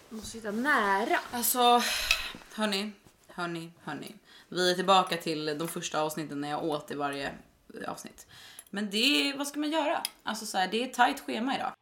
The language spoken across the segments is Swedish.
Måste sitta nära. Alltså, hörni. Vi är tillbaka till de första avsnitten när jag åt i varje avsnitt. Men det, vad ska man göra? Alltså så här, det är ett tajt schema idag.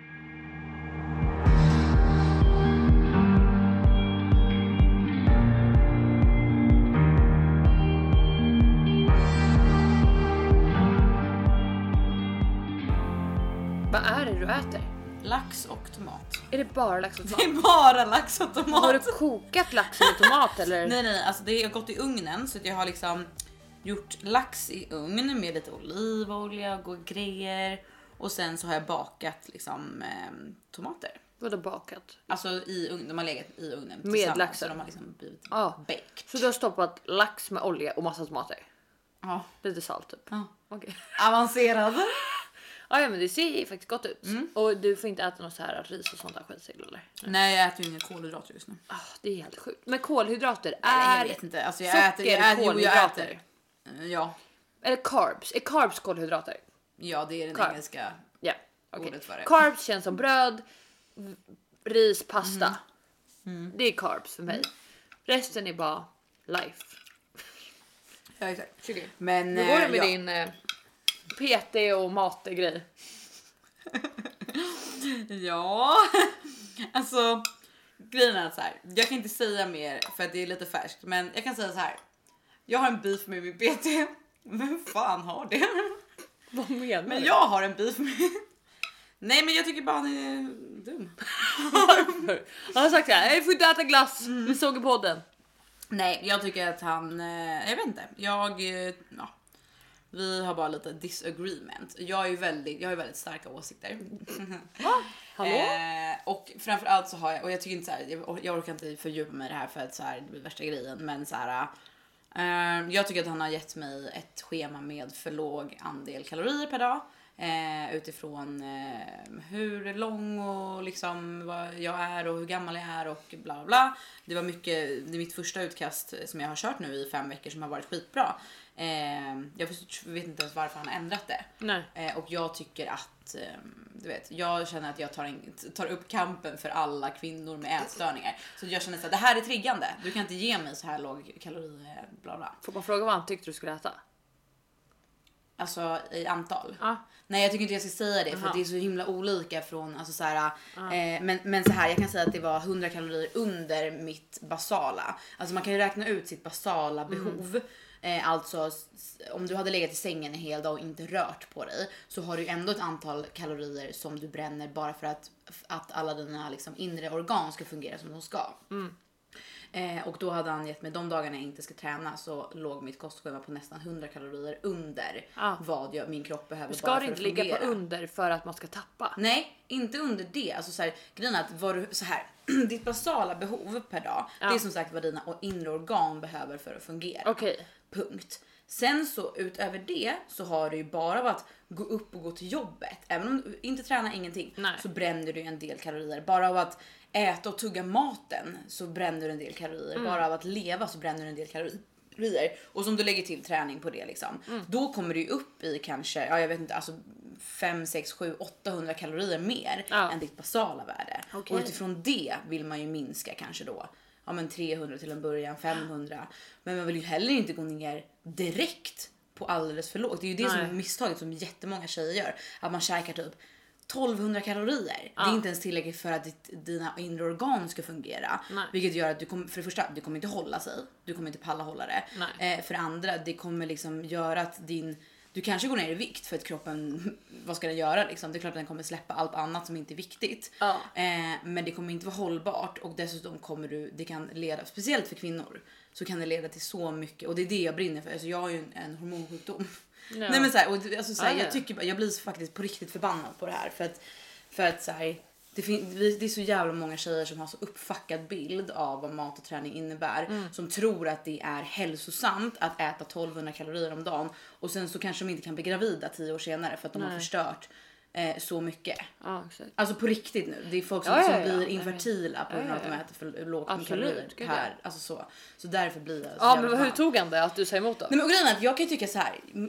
Vad är det du äter? Lax och tomat. Är det bara lax och tomat? Det är bara lax och tomat. Har du kokat laxen i tomat eller? Nej, alltså det har gått i ugnen så att jag har liksom gjort lax i ugn med lite olivolja och grejer. Och sen så har jag bakat liksom tomater. Vadå bakat? Alltså i ugn, de har legat i ugnen med laxen? Så de har liksom blivit baked. Så du har stoppat lax med olja och massa tomater? Ja. Lite salt typ? Ja. Okej. Avancerad. Ja men det ser faktiskt gott ut. Och du får inte äta något så här ris och sånt där skitsigl eller? Nej, jag äter ju inga kolhydrater just nu. Det är helt sjukt. Men kolhydrater Jag vet inte. Alltså jag äter kolhydrater. Ja. Eller carbs. Är carbs kolhydrater? Ja, det är den engelska ordet för det. Carbs känns som bröd, ris, pasta. Det är carbs för mig. Resten är bara life. Ja, exakt. Men hur går det med din PT och matgrej? Ja, alltså grejen är så här. Jag kan inte säga mer för att det är lite färskt, men jag kan säga så här. Jag har en beef med min PT. Vem fan har det? Vad menar du? Men jag har en beef med. Nej, men jag tycker bara han är dum. Varför? Han har sagt så här, jag får inte äta glass. Vi såg i podden. Nej, jag tycker att han, jag vet inte. Vi har bara lite disagreement. Jag har ju väldigt starka åsikter. Va? Hallå? Och framförallt så har jag, och jag tycker inte så här, jag orkar inte fördjupa mig i det här för att så här, det blir värsta grejen, men så här, jag tycker att han har gett mig ett schema med för låg andel kalorier per dag. Utifrån hur lång och liksom vad jag är och hur gammal jag är och bla bla bla. Det är mitt första utkast som jag har kört nu i 5 veckor som har varit skitbra. Jag vet inte ens varför han har ändrat det. Nej. Och jag tycker att du vet, jag känner att jag tar upp kampen för alla kvinnor med ätstörningar. Så jag känner att det här är triggande. Du kan inte ge mig så här låg kalori bla bla. Får man fråga vad han tyckte du skulle äta? Alltså i antal. Nej, jag tycker inte jag ska säga det för att det är så himla olika från alltså så här, men så här, jag kan säga att det var 100 kalorier under mitt basala. Alltså man kan ju räkna ut sitt basala behov. Alltså om du hade legat i sängen en hel dag och inte rört på dig, så har du ändå ett antal kalorier som du bränner bara för att alla dina liksom inre organ ska fungera som de ska. Och då hade han gett mig de dagarna jag inte ska träna, så låg mitt kostschema på nästan 100 kalorier under vad min kropp behöver. Ska det inte ligga på under för att man ska tappa? Nej, inte under det. Alltså så här, grejen är att så här, ditt basala behov per dag, det är som sagt vad dina inre organ behöver för att fungera. Okej. Punkt. Sen så utöver det så har du ju bara av att gå upp och gå till jobbet. Även om du inte tränar ingenting. Nej. Så bränner du en del kalorier. Bara av att äta och tugga maten så bränner du en del kalorier. Bara av att leva så bränner du en del kalorier. Och som du lägger till träning på det liksom. Då kommer du ju upp i kanske, jag vet inte, alltså 5, 6, 7, 800 kalorier mer än ditt basala värde. Okay. Och utifrån det vill man ju minska kanske då. Ja, men 300 till en början, 500. Men man vill ju heller inte gå ner direkt på alldeles för lågt. Det är ju det som är misstaget som jättemånga tjejer gör. Att man käkar typ 1200 kalorier. Det är inte ens tillräckligt för att dina inre organ ska fungera. Vilket gör att för det första, du kommer inte hålla sig. Du kommer inte palla hålla det. För det andra, det kommer liksom göra att du kanske går ner i vikt för att kroppen, vad ska den göra liksom? Det är klart att den kommer släppa allt annat som inte är viktigt. Men det kommer inte vara hållbart, och dessutom det kan leda, speciellt för kvinnor, så kan det leda till så mycket, och det är det jag brinner för. Alltså jag har ju en hormonsjukdom. Nej men så här, och alltså så här, jag blir faktiskt på riktigt förbannad på det här för att så här, det är så jävla många tjejer som har så uppfackad bild av vad mat och träning innebär. Som tror att det är hälsosamt att äta 1200 kalorier om dagen. Och sen så kanske de inte kan bli gravida 10 år senare för att de har förstört så mycket. Alltså på riktigt nu. Det är folk som blir infertila på grund av att de äter för lågt med kalorier här. Alltså så därför blir jag så men hur tog han det att du säger emot då? Nej, men grejen är att jag kan ju tycka så här.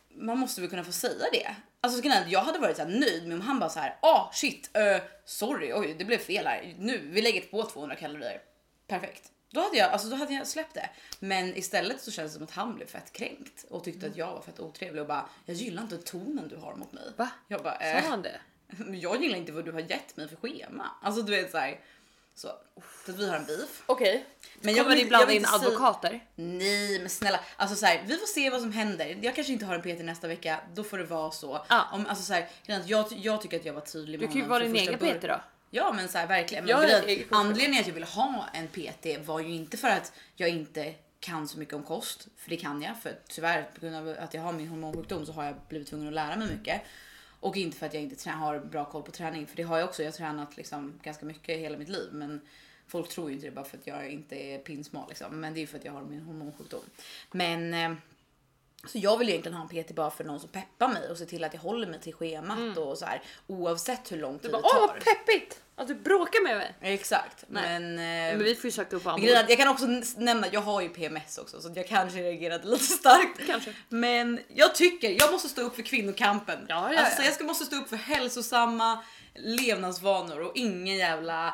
man måste väl kunna få säga det. Alltså jag hade varit så här nöjd med om han bara så här, shit, sorry, oj, det blev fel här. Nu, vi lägger på 200 kalorier. Perfekt. Då hade jag släppt det. Men istället så känns det som att han blev fett kränkt och tyckte att jag var fett otrevlig och bara, jag gillar inte tonen du har mot mig. Va? Jag bara, Sa han det? jag gillar inte vad du har gett mig för schema. Alltså du vet så här. Så att vi har en beef. Okej. Men kommer ni blanda in advokater? Nej, men snälla. Alltså så här, vi får se vad som händer. Jag kanske inte har en PT nästa vecka. Då får det vara så. Alltså så här, jag tycker att jag var tydlig med honom. Du kan ju vara din egen PT då. Ja, men så här, verkligen. Men anledningen att jag ville ha en PT var ju inte för att jag inte kan så mycket om kost. För det kan jag. För tyvärr på grund av att jag har min hormonsjukdom så har jag blivit tvungen att lära mig mycket. Och inte för att jag inte har bra koll på träning. För det har jag också. Jag har tränat liksom ganska mycket hela mitt liv. Men folk tror ju inte det bara för att jag inte är pinsmal. Liksom. Men det är för att jag har min hormonsjukdom. Men så jag vill egentligen ha en PT bara för någon som peppar mig. Och se till att jag håller mig till schemat. Och så här, oavsett hur lång tid det tar. Åh, vad peppigt! Att du bråkar med mig. Exakt. Men vi får ju söka upp andra. Jag kan också nämna att jag har ju PMS också. Så att jag kanske reagerade lite starkt. Kanske. Men jag måste stå upp för kvinnokampen. Ja. Alltså jag måste stå upp för hälsosamma levnadsvanor. Och ingen jävla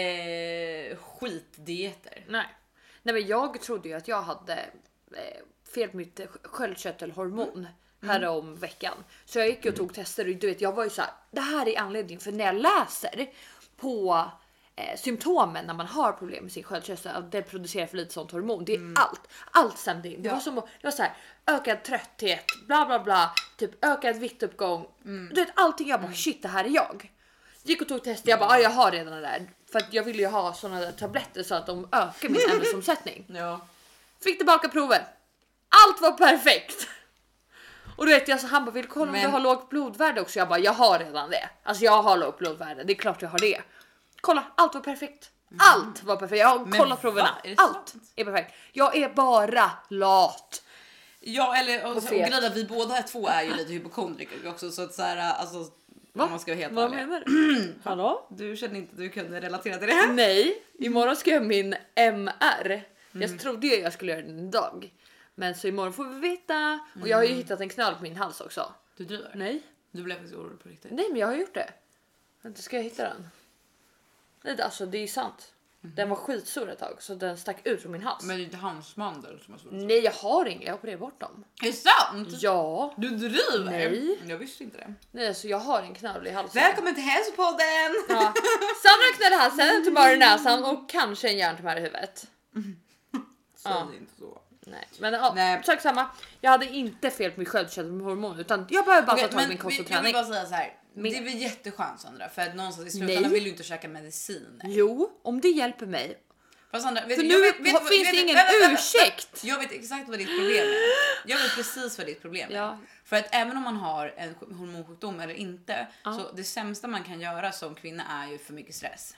skitdieter. Nej, men jag trodde ju att jag hade fel på mitt sköldkörtelhormon här om veckan. Så jag gick och tog tester och du vet, jag var ju så här, det här är anledningen för när jag läser på symptomen när man har problem med sin sköldkörtel att det producerar för lite sånt hormon. Det är allt stämde in. Det var så här ökad trötthet, bla bla bla, typ ökad viktuppgång. Du vet allting, jag bara shit, det här är jag. Gick och tog tester, jag bara jag har redan det där. För att jag ville ju ha såna där tabletter så att de ökar min ämnesomsättning. Ja. Fick tillbaka proven. Allt var perfekt. Och du vet, han bara, vill kolla om du har lågt blodvärde också. Jag bara, jag har redan det. Alltså jag har lågt blodvärde, det är klart jag har det. Kolla, allt var perfekt. Allt var perfekt, jag har kollat proverna. Allt är perfekt. Jag är bara lat. Ja, eller och grejen vi båda två är ju lite hypokondriker också. Så att så här, alltså va? Om man ska vara helt vad ärlig. menar du? Hallå? Du kände inte att du kunde relatera till det? Nej, imorgon ska jag min MR. Jag trodde ju jag skulle göra den idag. Men så imorgon får vi veta. Och jag har ju hittat en knall på min hals också. Du driver? Nej. Du blev faktiskt orolig på riktigt. Nej, men jag har gjort det. Vänta, ska jag hitta den? Nej, alltså det är sant. Den var skitstor ett tag så den stack ut från min hals. Men det är inte halsmandel som har svårt. Nej, jag har inget. Jag opererar bort dem. Är det sant? Ja. Du driver? Nej. Jag visste inte det. Nej, alltså jag har en knall i halsen. Välkommen till hälsopodden! Ja. Sandra knäller halsen, en tumör i näsan och kanske en hjärntumör i huvudet. Säg inte så. Nej, men sak samma. Jag hade inte fel på min sköldkörtelhormon utan jag behöver bara ta tag i min kost och träning. Jag vill bara säga så här. Det är väl jätteskönt Sandra för att någonstans i slutändan vill du inte käka medicin. Jo, om det hjälper mig. Fast Sandra, för nu finns det ingen ursäkt. Jag vet exakt vad ditt problem är. Jag vet precis vad ditt problem är. Ja. För att även om man har en hormonsjukdom eller inte så det sämsta man kan göra som kvinna är ju för mycket stress.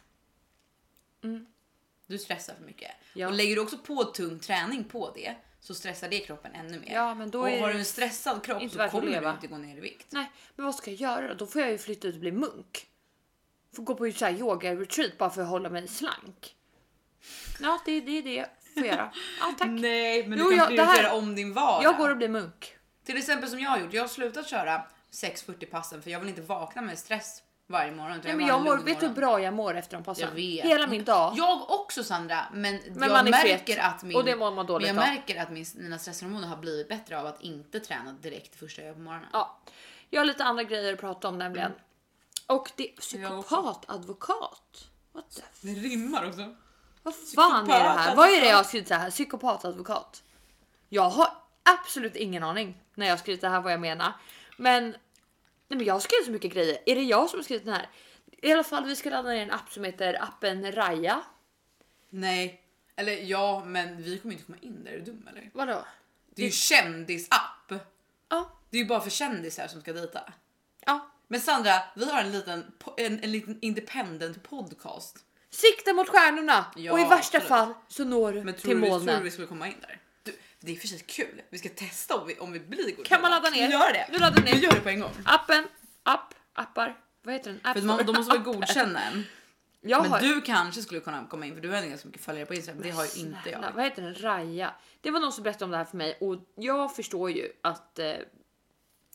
Du stressar för mycket. Ja. Och lägger du också på tung träning på det så stressar det kroppen ännu mer. Ja, men då och är har du en stressad kropp så kommer du inte gå ner i vikt. Nej, men vad ska jag göra då? Då får jag ju flytta ut och bli munk. Får gå på så här yoga retreat bara för att hålla mig slank. Ja, det är det jag får göra. Ja, tack. Nej, men du kan prioritera om din vardag. Jag går och blir munk. Till exempel som jag har gjort. Jag har slutat köra 6:40 passen för jag vill inte vakna med stress varje morgon. Nej, men jag mår, vet du hur bra jag mår efter de passen? Jag vet. Hela min dag. Jag också Sandra, men jag man är märker fet. att min Och det mår man dåligt jag märker att mina stresshormoner har blivit bättre av att inte träna direkt det första jag gör på morgonen. Ja. Jag har lite andra grejer att prata om nämligen. Och det är psykopatadvokat. What the Det rimmar också. Vad fan är det här? Vad är det jag har skrivit så här? Psykopatadvokat. Jag har absolut ingen aning när jag har skrivit det här vad jag menar. Men jag har skrivit så mycket grejer. Är det jag som har skrivit den här? I alla fall, vi ska ladda ner en app som heter appen Raya. Nej. Eller ja, men vi kommer inte komma in där. Är du dum eller? Vadå? Det är ju kändisapp. Ja. Det är ju bara för kändisar som ska dejta. Ja. Men Sandra, vi har en liten independent podcast. Sikta mot stjärnorna. Ja, och i värsta absolut. fall så når du till målen. Tror du vi skulle komma in där? Det är för sig kul. Vi ska testa om vi blir godkända. Kan man ladda ner? Vi gör det. Du laddar ner. Vi gör det på en gång. Appar. Vad heter den? För de måste väl godkänna en. Men du kanske skulle kunna komma in för du har ganska mycket följare på Instagram. Det har ju inte jag. Vad heter den? Raya. Det var någon som berättade om det här för mig och jag förstår ju att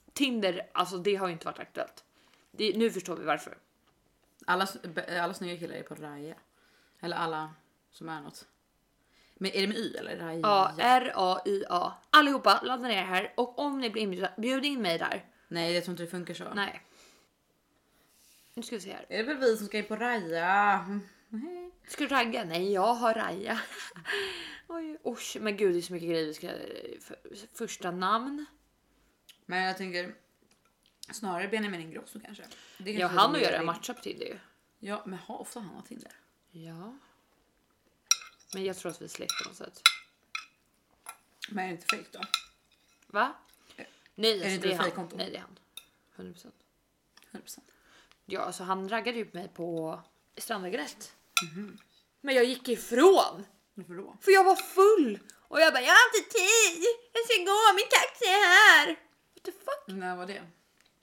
Tinder, alltså det har ju inte varit aktuellt. Nu förstår vi varför. Alla snygga killar är på Raya. Eller alla som är något. Men är det med Y eller Raya? Ja, R-A-Y-A. Allihopa, ladda ner här. Och om ni blir inbjudna, bjud in mig där. Nej, jag tror inte det funkar så. Nej. Nu ska vi se här. Är det väl vi som ska in på Raya? Ska du ragga? Nej, jag har raja. Oj, men gud, det är så mycket grejer vi ska... Första namn. Men jag tänker snarare Benjamin Ingrosso kanske. Det Ja, han och göra en matchup till det ju. Ja, men har ofta han Tinder. Ja. Men jag tror att vi släpper något sätt. Men är det inte fake då? Va? Nej, är det är han. konto? Nej, det är han. 100%. 100%. Ja, alltså han raggade ju mig på Strandvägen 1. Men jag gick ifrån. Varför då? För jag var full. Och jag bara, jag har inte tid. Jag ska gå, min taxi är här. What the fuck? När var det?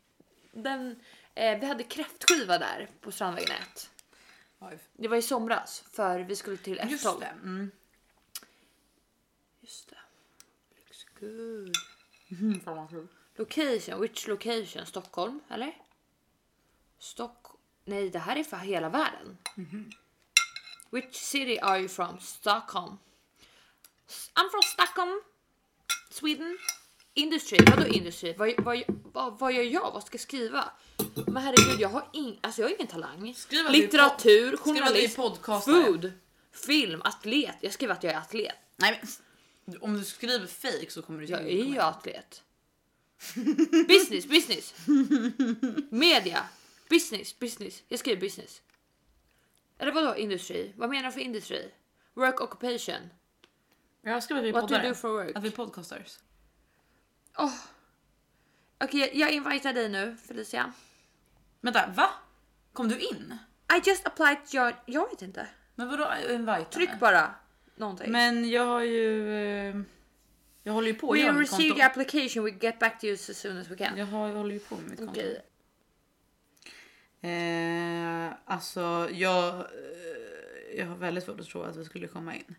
Vi hade kräftskiva där på Strandvägen 1. Oj. Det var i somras, för vi skulle till F12. Just det. Just det. Looks good. Location, which location? Stockholm, eller? Nej, det här är för hela världen. Which city are you from? Stockholm. I'm from Stockholm, Sweden. Industry, vadå industry? Vad gör jag? Vad ska jag skriva? Men herregud, jag har ingen talang. Litteratur, journalist, food, film, atlet. Jag skriver att jag är atlet. Nej, men om du skriver fake så kommer du... Jag är ju atlet. Business. Media. Business. Jag skriver business. Eller vadå industry? Vad menar du för industry? Work occupation. Jag skriver att vi What do you do for work? Att vi är podcasters. Okej, jag invitar dig nu, Felicia. Vänta, va? Kom du in? I just applied your... Jag vet inte. Men vadå invite? Tryck bara någonting. Men jag har ju... jag håller ju på We med mitt received konto. your application. We get back to you as soon as we can. Jag håller ju på med mitt konto. Okej. Alltså jag har väldigt svårt att tro att vi skulle komma in.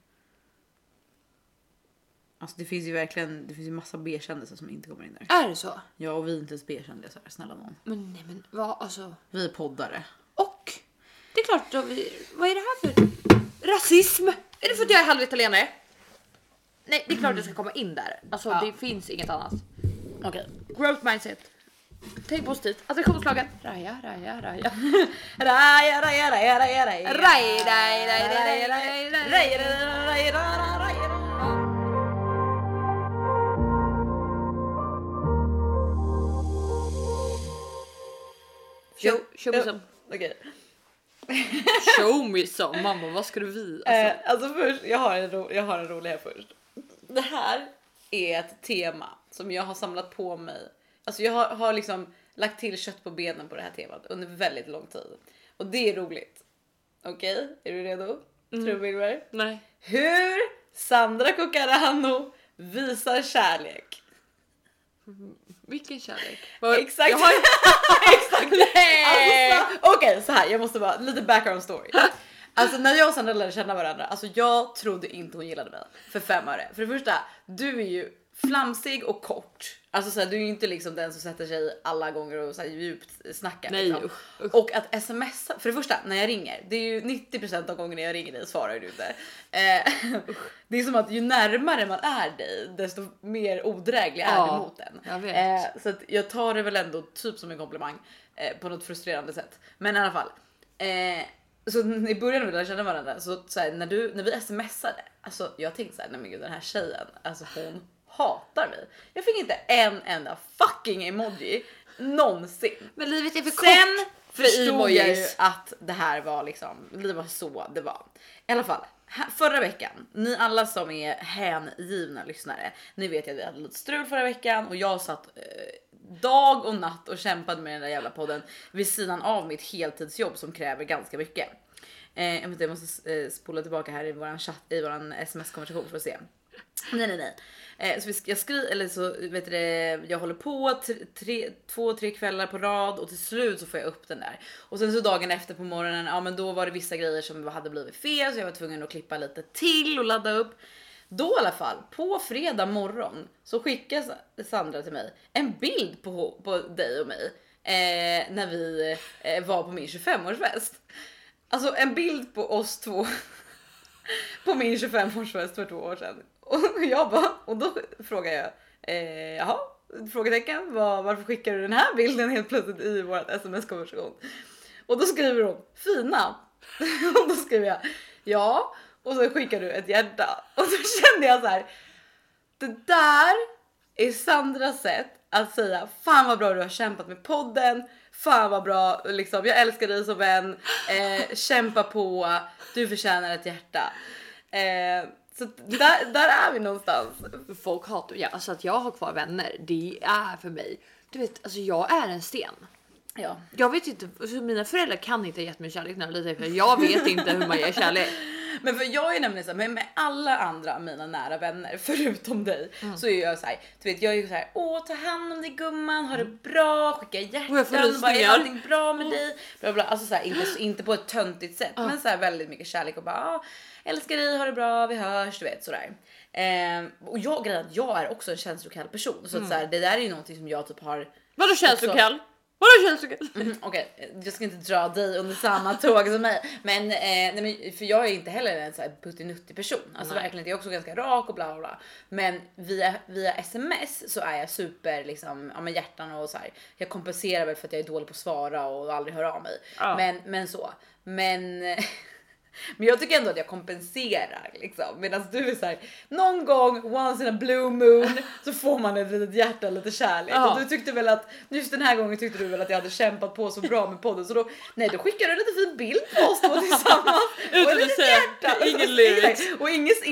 Alltså det finns ju massa B-kändisar som inte kommer in där. Är det så? Ja, och vi är inte ens B-kändisar, snälla någon. Men nej, men vad alltså? Vi är poddare. Och det är klart då vad är det här för rasism? Är det för att jag är halvitalienare? Nej, det är klart att jag ska komma in där. Alltså det finns inget annat. Okej. Growth mindset. Tänk positivt. Attraktionslagen. Raja. Show me some. Okej. Show me some. Mamma, vad ska du vi? Alltså först, jag har en rolig här först. Det här är ett tema som jag har samlat på mig. Alltså jag har liksom lagt till kött på benen på det här temat under väldigt lång tid. Och det är roligt. Okej, är du redo? Trumvirvel? Nej. Hur Sandra Cucarano visar kärlek. Vilken kärlek? Exakt. Exakt. Alltså, okej, så här, jag måste bara lite background story. Alltså när jag och Sandra lärde känna varandra, alltså jag trodde inte hon gillade mig för 5 öre. För det första, du är ju flamsig och kort. Alltså så här, du är ju inte liksom den som sätter sig alla gånger och så här djupt snackar. Nej, liksom. usch. Och att smsa, för det första, när jag ringer, det är ju 90% av gångerna jag ringer dig svarar du inte. Det är som att ju närmare man är dig, desto mer odräglig är du mot den. Jag vet. Så att jag tar det väl ändå typ som en komplimang på något frustrerande sätt. Men i alla fall. Så i början när vi lärde känna varandra så här, när vi smsade, alltså jag tänkte så här, nej men gud, den här tjejen, alltså hon hatar mig. Jag fick inte en enda fucking emoji någonsin. Men livet är för kort. Sen förstod jag ju att det här var liksom, det var så det var. I alla fall, förra veckan, ni alla som är hängivna lyssnare, ni vet att vi hade lite strul förra veckan och jag satt dag och natt och kämpade med den där jävla podden vid sidan av mitt heltidsjobb som kräver ganska mycket. Jag måste spola tillbaka här i våran chatt, i våran sms-konversation för att se. Nej. Så jag håller på 2-3 kvällar på rad och till slut så får jag upp den där. Och sen så dagen efter på morgonen, ja men då var det vissa grejer som hade blivit fel så jag var tvungen att klippa lite till och ladda upp. Då i alla fall, på fredag morgon så skickar Sandra till mig en bild på dig och mig när vi var på min 25-årsfest. Alltså en bild på oss två på min 25-årsfest för 2 år sedan. Och jag bara, och då frågar jag, jaha, frågetecken, varför skickar du den här bilden helt plötsligt i vårt sms-konversation? Och då skriver hon, fina. Och då skriver jag, ja. Och så skickar du ett hjärta. Och så kände jag så här, det där är Sandras sätt att säga, fan vad bra du har kämpat med podden. Fan vad bra, liksom, jag älskar dig som vän. Kämpa på, du förtjänar ett hjärta. Så där är vi någonstans. Folk hatar, ja, alltså att jag har kvar vänner, det är för mig, du vet, alltså jag är en sten. Ja. Jag vet inte, alltså mina föräldrar kan inte ge mig kärlek när jag är liten, för jag vet inte hur man ger kärlek. Men för jag är nämligen så här, med alla andra mina nära vänner förutom dig så är jag så här, du vet, jag är ju så här, åh, ta hand om dig gumman, ha det bra, skicka hjärtan, bara, är allting bra med dig, bla bla. Alltså så här, inte på ett töntigt sätt, men så här väldigt mycket kärlek och bara, älskar dig, ha det bra, vi hörs, du vet, sådär. Och jag är också en känslokall person, så att så här, det där är ju någonting som jag typ har. Vadå känslokall? Okej, jag ska inte dra dig under samma tåg som mig. Men, nej, men för jag är inte heller en så här puttinuttig person. Alltså verkligen, jag är också ganska rak och bla bla bla. Men via sms så är jag super liksom, ja, med hjärtan och så här. Jag kompenserar väl för att jag är dålig på att svara och aldrig hör av mig. Men så. Men jag tycker ändå att jag kompenserar liksom. Medan du är så här, någon gång, once in a blue moon, så får man ett litet hjärta, lite kärlek. Och du tyckte väl att, just den här gången tyckte du väl att jag hade kämpat på så bra med podden. Så då skickade du en lite fin bild på oss två tillsammans. Och ett litet hjärta. Ingen lyrics. Och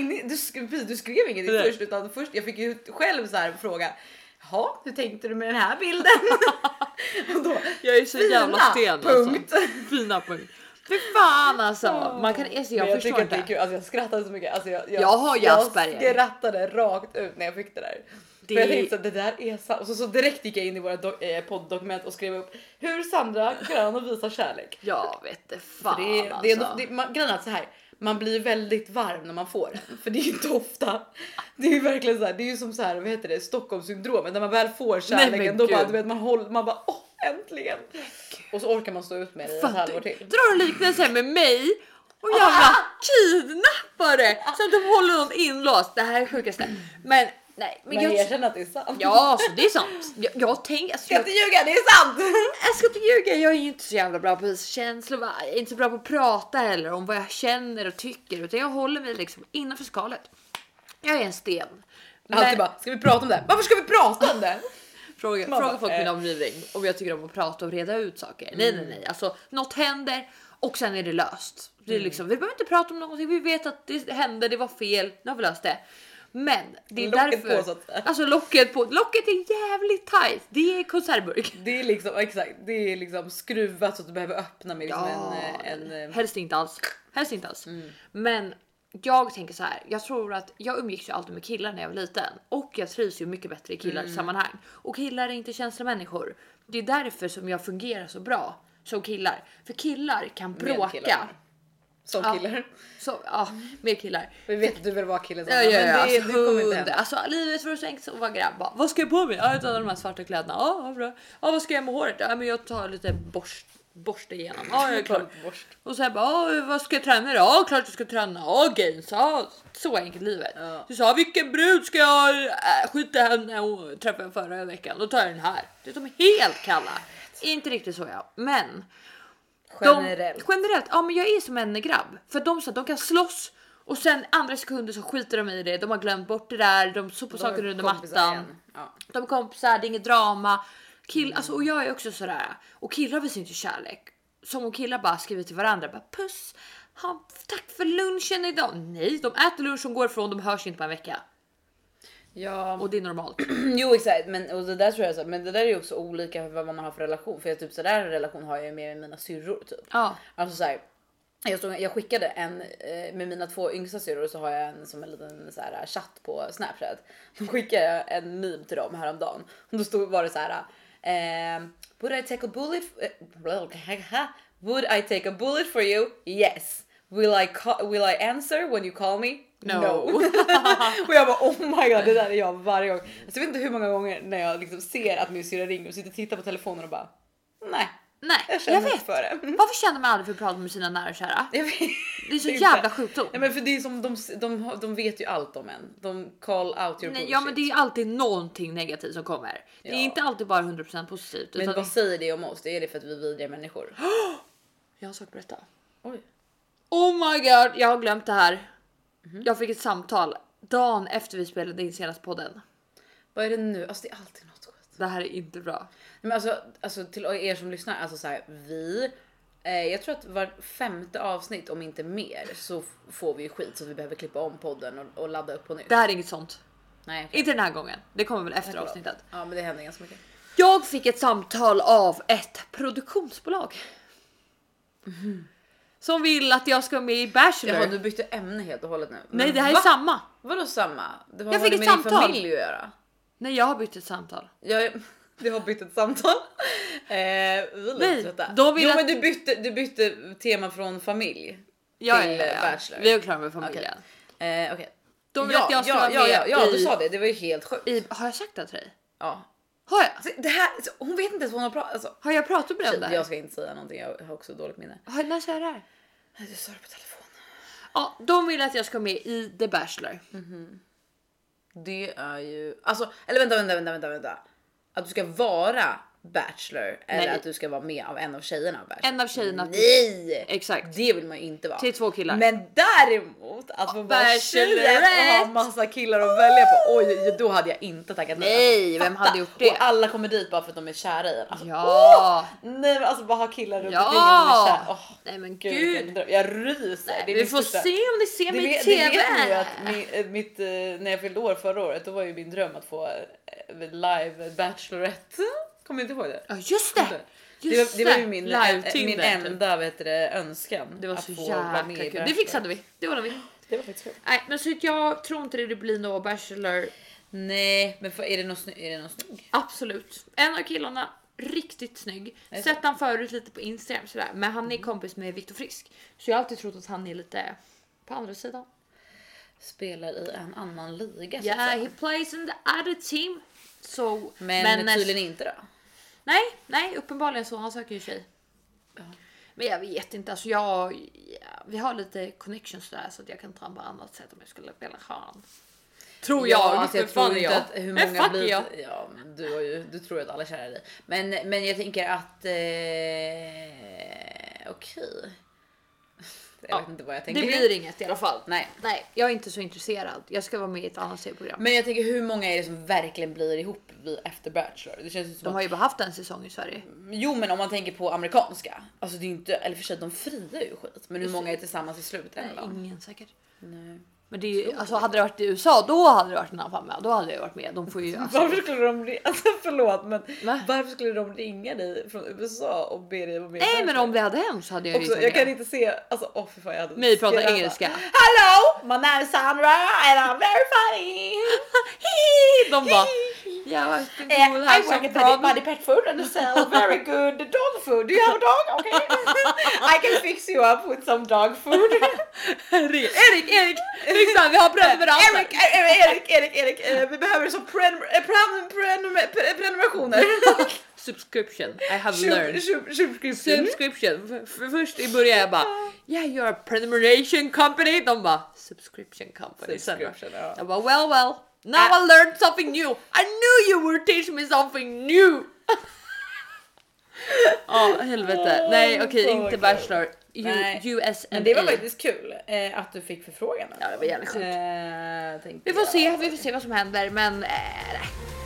du skrev ingenting först, utan först, jag fick ju själv så här fråga, jaha, hur tänkte du med den här bilden? Och då, jag är så jävla sten punkt. Alltså. Fina punkt. För fan alltså, man kan, alltså, jag förstår inte. Kul. Alltså, jag skrattade så mycket, alltså, jag har Asperger. Jag skrattade rakt ut när jag fick det där. För jag tänkte att det där är sant. Och så direkt gick jag in i våra podddokument och skrev upp hur Sandra grön och visar kärlek. Jag vet det fan grejen är så här, man blir väldigt varm när man får den, för det är ju inte ofta. Det är ju verkligen så här, det är ju som så här, vad heter det, Stockholmssyndromet, när man väl får kärleken, då bara, du vet, man bara, äntligen. Och så orkar man stå ut med det i ett halvår till. Drar en liknelse med mig och jävla kidnappare så att de håller någon inlåst. Det här är sjukaste. Men nej, men jag känner att det är sant. Ja, alltså, det är sant. Jag tänker, alltså, ska inte ljuga, det är sant. Jag ska inte ljuga, jag är inte så jävla bra på känslor. Jag är inte så bra på att prata heller om vad jag känner och tycker, utan jag håller mig liksom innanför skalet. Jag är en sten. Alltid bara, ska vi prata om det? Varför ska vi prata om det? Fråga folk min omgivning om jag tycker om att prata och reda ut saker. Nej. Alltså, något händer och sen är det löst. Det är liksom, vi behöver inte prata om någonting. Vi vet att det hände, det var fel. Nu har vi löst det. Men det är locket därför. På, så att... Alltså locket är jävligt tajt. Det är konservburk. Det är liksom, exakt. Det är liksom skruvat så att du behöver öppna med liksom en... Helst inte alls. Men jag tänker så här, jag tror att jag umgicks ju alltid med killar när jag var liten och jag trivs ju mycket bättre i killar sammanhang. Och killar är inte känslomänniskor. Det är därför som jag fungerar så bra som killar. För killar kan bråka. Killar. Som killar. Så, mer killar. Vi vet att du vill vara killen. Ja, det kommer inte hända. Alltså livet för sig så var grabba. Vad ska jag på mig? Jag tar de här svarta kläderna. Ja, bra. Ja, vad ska jag med håret? Ja, men jag tar lite borste igenom. Ja, jag är klar. Och så här bara, vad ska jag träna då? Ja, klart du ska träna. Ja, gains. Ja, så enkelt livet. Ja. Du sa, vilken brud ska jag skjuta henne och träffa förra veckan? Då tar jag den här. Det är de helt kalla. Inte riktigt så, ja. Men generellt, ja, men jag är som en grabb. För de kan slåss och sen andra sekunder så skiter de i det. De har glömt bort det där. De sopar saker under mattan. Ja. De är kompisar, det är inget drama. Alltså, och jag är också sådär. Och killar visar inte kärlek. Som om killar bara skriver till varandra. Bara, puss, tack för lunchen idag. Nej, de äter lunch och går ifrån. De hörs inte på en vecka. Ja. Och det är normalt. Jo, exakt. Men, och det där tror jag så, men det där är ju också olika vad man har för relation. För jag typ sådär relation har jag med mina syrror typ. Ja. Alltså såhär. Jag skickade en med mina 2 yngsta syrror, så har jag en som en liten så här chatt på Snapchat. Då skickade jag en meme till dem häromdagen. Och då var det så här. Would I take a bullet? Would I take a bullet for you? Yes. Will I answer when you call me? No. Och jag bara oh my god, det där är jag varje gång. Alltså, jag vet inte hur många gånger när jag liksom ser att min syrra ringer och sitter och tittar på telefonen och bara nej. Jag vet. För det. Varför känner man aldrig för att prata med sina nära och kära? Jag vet. Det är så jävla sjukdom. Ja, men för det är som de vet ju allt om en. De call out your bullshit. Ja, men det är ju alltid någonting negativt som kommer. Det är inte alltid bara 100% positivt. Men vad säger det om oss? Det är det för att vi är vidriga människor. Jag har sagt berätta. Oj. Oh my god, jag har glömt det här. Jag fick ett samtal dagen efter vi spelade in senaste podden. Vad är det nu? Alltså det är alltid något skit. Det här är inte bra. Men alltså till er som lyssnar, alltså så här, jag tror att var 5:e avsnitt, om inte mer, så får vi ju skit så att vi behöver klippa om podden och ladda upp på nytt. Det här är inget sånt. Nej. Inte den här gången. Det kommer väl efter avsnittet. Ja, men det händer ganska mycket. Jag fick ett samtal av ett produktionsbolag. Som vill att jag ska vara med i Bachelor. Jaha, du bytte ämne helt och hållet nu. Nej, det här är samma. Vadå samma? Det har Jag fick med ett samtal. din familj att göra. Nej, jag har bytt ett samtal. Du har bytt ett samtal. Nej, men du bytte tema från familj till Bachelor. Vi är klara med familjen. Okej. De vill att jag ska vara med ja, du sa det. Det var ju helt sjukt. Har jag sagt det till dig? Ja. Har jag? Så det här, hon vet inte ens vad hon har pratat. Alltså, Har jag pratat med den där? jag ska inte säga någonting. Jag har också dåligt minne. När sa jag det här? Du sa det på telefon. Ja, de vill att jag ska med i The Bachelor. Det är ju alltså, eller vänta. Att du ska vara Bachelor eller att du ska vara med av en av tjejerna av Bachelor. En av tjejerna. Nej! Exakt. Det vill man ju inte vara. Till 2 killar. Men däremot att få vara tjejer och ha massa killar att välja på. Oj, då hade jag inte tackat nej. Nej, vem hade gjort det? Och alla kommer dit bara för att de är kära i en. Alltså, Ja. Nej, men alltså bara ha killar runt Ja. omkring en som är kära. Nej men gud. Jag ryser. Nej, Det är vi får största. se om ni ser mig i Det TV. vet ni ju att mitt, när jag fyllde år förra året, då var ju min dröm att få live Bachelorette. Kommer inte ihåg det? Ja, just det. Det var ju min Tinder, enda önskan. Det var att så få vara med jäkla i kul. Bachelor. Det fixade vi. Det var vi. Det var faktiskt kul. Nej, men så jag tror inte det blir någon Bachelor. Nej, men är det någon snygg? Absolut. En av killarna riktigt snygg. Sett han förut lite på Instagram sådär, men han är kompis med Viktor Frisk. Så jag har alltid trott att han är lite på andra sidan. Spelar i en annan liga. Ja, he plays in the other team. So, men tydligen inte då. Nej, uppenbarligen så. Han söker ju tjej. Ja. Men jag vet inte, alltså vi har lite connections där så att jag kan ta på annat sätt om jag skulle vilja ha han. Tror jag. Alltså jag tror inte att hur många blir. Jag. Ja, du tror att alla är kära i dig. Men jag tänker att okej. Jag vet inte vad jag tänker. Det blir inget i alla fall. Nej, jag är inte så intresserad. Jag ska vara med i ett annat serieprogram. Men jag tänker hur många är det som verkligen blir ihop efter Bachelor? Det känns som de har ju bara haft en säsong i Sverige. Jo, men om man tänker på amerikanska. Alltså det är inte, eller för sig de friar ju skit. Men hur många är tillsammans i slutändan? Nej, ingen säkert. Nej. Men det är ju, alltså hade det varit i USA då hade det varit en annan med. Då hade jag varit med. De får ju alltså... Varför skulle de förlåt men varför skulle de ringa dig från USA och be dig vara med? Nej, men om det hade hänt så hade jag också, jag kan inte se alltså för fan jag hade mig prata engelska. Hello, my name is Sandra and I'm very funny. De bara I work at Body Pet Food and sell very good dog food. Do you have a dog? Okay. I can fix you up with some dog food. Erik, liksom, vi har prenumeranter. Erik, vi behöver så prenumerationer. Subscription. I have learned. Subscription. Först i början jag bara, you're a prenumeration company. De bara, subscription company. Ja. Jag bara, well. Now I learned something new. I knew you would teach me something new. Helvete. Nej, okej, inte Bachelor. US. Men det var faktiskt kul att du fick förfrågan. Ja, det var jävligt sjukt. Vi får se vad som händer, men nej.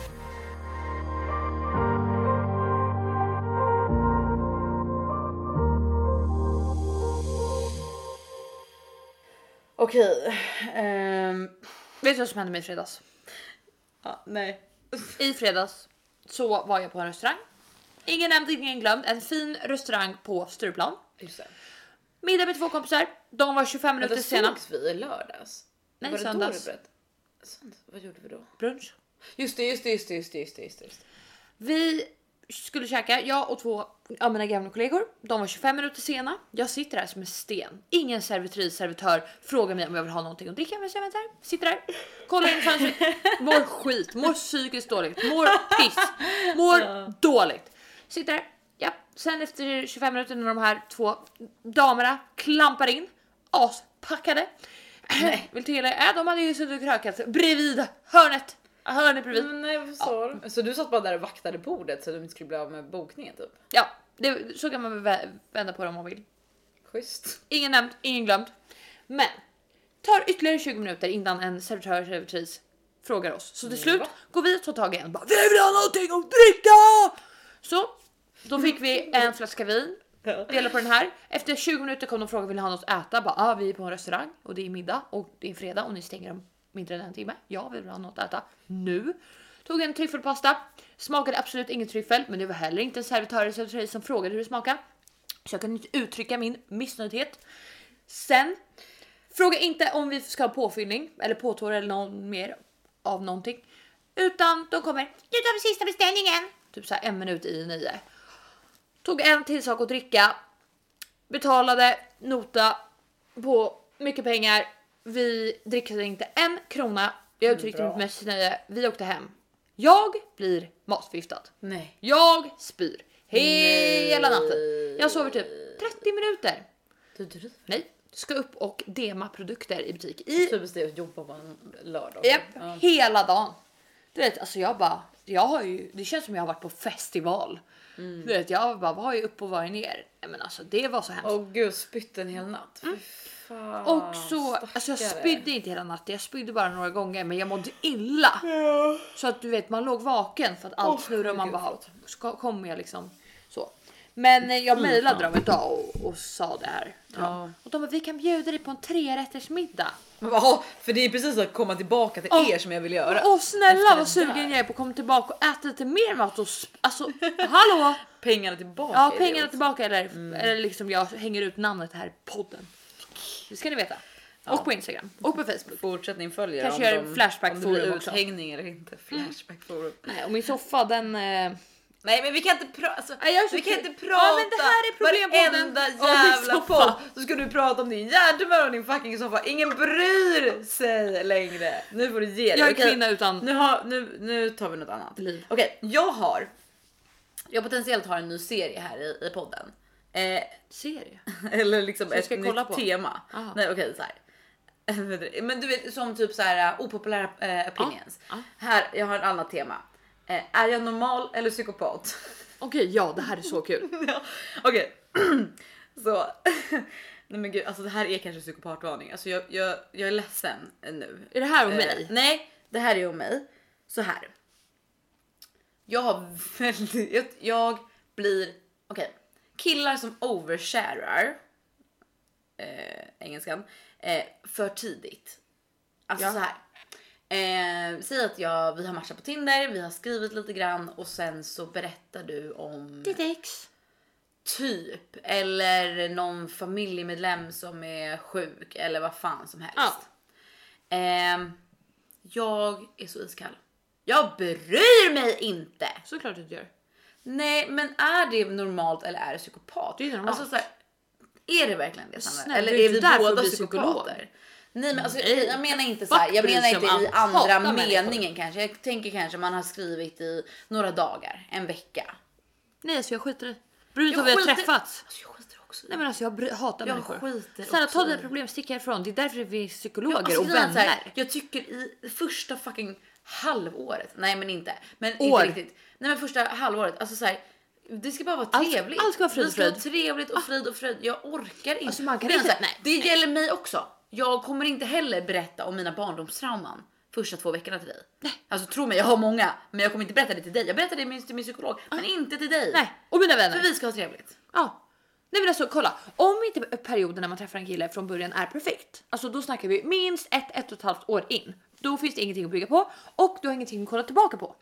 Okej. Vet du vad som hände mig i fredags? Nej. I fredags så var jag på en restaurang. Ingen nämnd, ingen glömd. En fin restaurang på Stureplan. Just det. Middag med 2 kompisar. De var 25 minuter sena. Sågs vi i lördags? Nej, söndags. Vad gjorde vi då? Brunch. Just det. Vi skulle käka, jag och 2 av mina gamla kollegor. De var 25 minuter sena. Jag sitter där som en sten. Ingen servitör frågar mig om jag vill ha någonting att dricka. Men jag väntar, sitter där, kollar in fönstret, mår skit, mår psykiskt dåligt, mår piss, mår dåligt. Sitter där, ja. Sen efter 25 minuter när de här 2 damerna klampar in, aspackade. Vill till de hade ju suttit och krökat bredvid hörnet bredvid. Nej, jag förstår. Så du satt bara där och vaktade bordet så du inte skulle bli av med bokningen typ? Ja, så kan man väl vända på det om man vill. Schysst. Ingen nämnd, ingen glömd. Men tar ytterligare 20 minuter innan en servitris frågar oss. Så till slut går vi och tar tag i en. Bara, vi vill ha någonting att dricka! Så då fick vi en flaska vin. Dela på den här. Efter 20 minuter kom de och frågade vill ni ha något att äta. Bara, vi är på en restaurang och det är middag och det är fredag och ni stänger om mindre än en timme. Ja, vi vill ha något att äta nu. Tog en tryffelpasta. Smakade absolut ingen tryffel, men det var heller inte en servitör som frågade hur det smakade. Så jag kan inte uttrycka min missnöjdhet. Sen fråga inte om vi ska ha påfyllning eller påtår eller någon mer av någonting. Utan de kommer, nu tar vi sista beställningen. Typ så här 1 minut i 9. Tog en till sak att dricka. Betalade nota på mycket pengar. Vi drickade inte 1 krona. Jag uttryckte mitt mest nöje. Vi åkte hem. Jag blir matförgiftad. Nej. Jag spyr hela natten. Jag sover typ 30 minuter. Du driver? Nej, ska upp och dema produkter i butik. Typiskt det att jobba på en lördag. Japp, hela dagen. Du vet, alltså jag har ju, det känns som jag har varit på festival. Du vet, jag bara, vad har jag upp och vad är ner? Men alltså, det var så hemskt. Åh gud, spytt en hel natt. Fan, och så, alltså jag spydde inte hela natten, jag spydde bara några gånger, men jag mådde illa. Ja. Så att du vet, man låg vaken för att allt snurrar och man bara, kommer jag liksom så. Men jag mejlade dem idag och sa det här. Ja. Och de bara, vi kan bjuda dig på en 3-rättersmiddag. Ja, för det är precis att komma tillbaka till er som jag vill göra. Och snälla vad sugen jag är på att komma tillbaka och äta lite mer mat. Och, alltså, hallå! Pengarna tillbaka. Ja, pengarna tillbaka eller liksom jag hänger ut namnet här i podden. Det ska ni veta. Ja. Och på Instagram och på Facebook. Fortsättning följer kanske gör Flashback om forum också. Uthängning eller inte. Flashback forum. Nej, och min soffa den... Nej, men vi kan inte prata. Alltså, vi kan inte prata. Ja, men det här är problempodden. Varenda jävla podd. Så ska du prata om din hjärtumör och din fucking soffa. Ingen bryr sig längre. Nu får du ge dig. Jag är kvinna utan... Nu tar vi något annat. Liv. Okej, jag potentiellt har en ny serie här i podden. Serie? Eller liksom ett nytt kolla på. tema. Aha. Nej, okej, så här. Men du vet, som typ så här opopulära opinions. Här, jag har ett annat tema. Är jag normal eller psykopat? Okej, ja, det här är så kul. Ja, okej. Så nej men gud, alltså det här är kanske psykopatvarning. Alltså jag är ledsen nu. Är det här om mig? Nej, det här är om mig. Så här. Jag blir okej. Killar som oversharar engelskan för tidigt. Alltså så här. Säg att vi har matchat på Tinder, vi har skrivit lite grann och sen så berättar du om ditt ex typ eller någon familjemedlem som är sjuk eller vad fan som helst. Jag är så iskall. Jag bryr mig inte. Såklart du inte gör. Nej, men är det normalt eller är det psykopat? Det är normalt. Alltså, så här, är det verkligen det? Snälla, eller är vi där båda psykopater? Nej, men alltså, jag menar inte så här, jag menar inte i andra meningen kanske. Jag tänker kanske man har skrivit i några dagar, en vecka. Nej, så jag skiter i. Bryr mig vi har träffats. Alltså, jag skiter också. Nej, men alltså jag hatar människor. Skiter snälla, också. ta dina problem, stick härifrån. Det är därför vi är psykologer alltså, och vänner. Här, jag tycker i första fucking halvåret. Nej, men inte. Men år. Inte riktigt. Nej, men första halvåret. Alltså så här, det ska bara vara trevligt. Allt ska vara frid och fröjd. Det ska vara trevligt och frid och fröjd. Jag orkar inte. Alltså, man kan inte. Nej, det gäller mig också. Jag kommer inte heller berätta om mina barndomstrauman första 2 veckorna till dig. Nej. Alltså tro mig, jag har många. Men jag kommer inte berätta det till dig. Jag berättar det till min psykolog. Men inte till dig. Nej, och mina vänner. För vi ska ha trevligt. Ja. Nej, men alltså kolla. Om inte perioden när man träffar en kille från början är perfekt. Alltså då snackar vi minst 1,5 år in. Då finns det ingenting att bygga på. Och du har ingenting att kolla tillbaka på.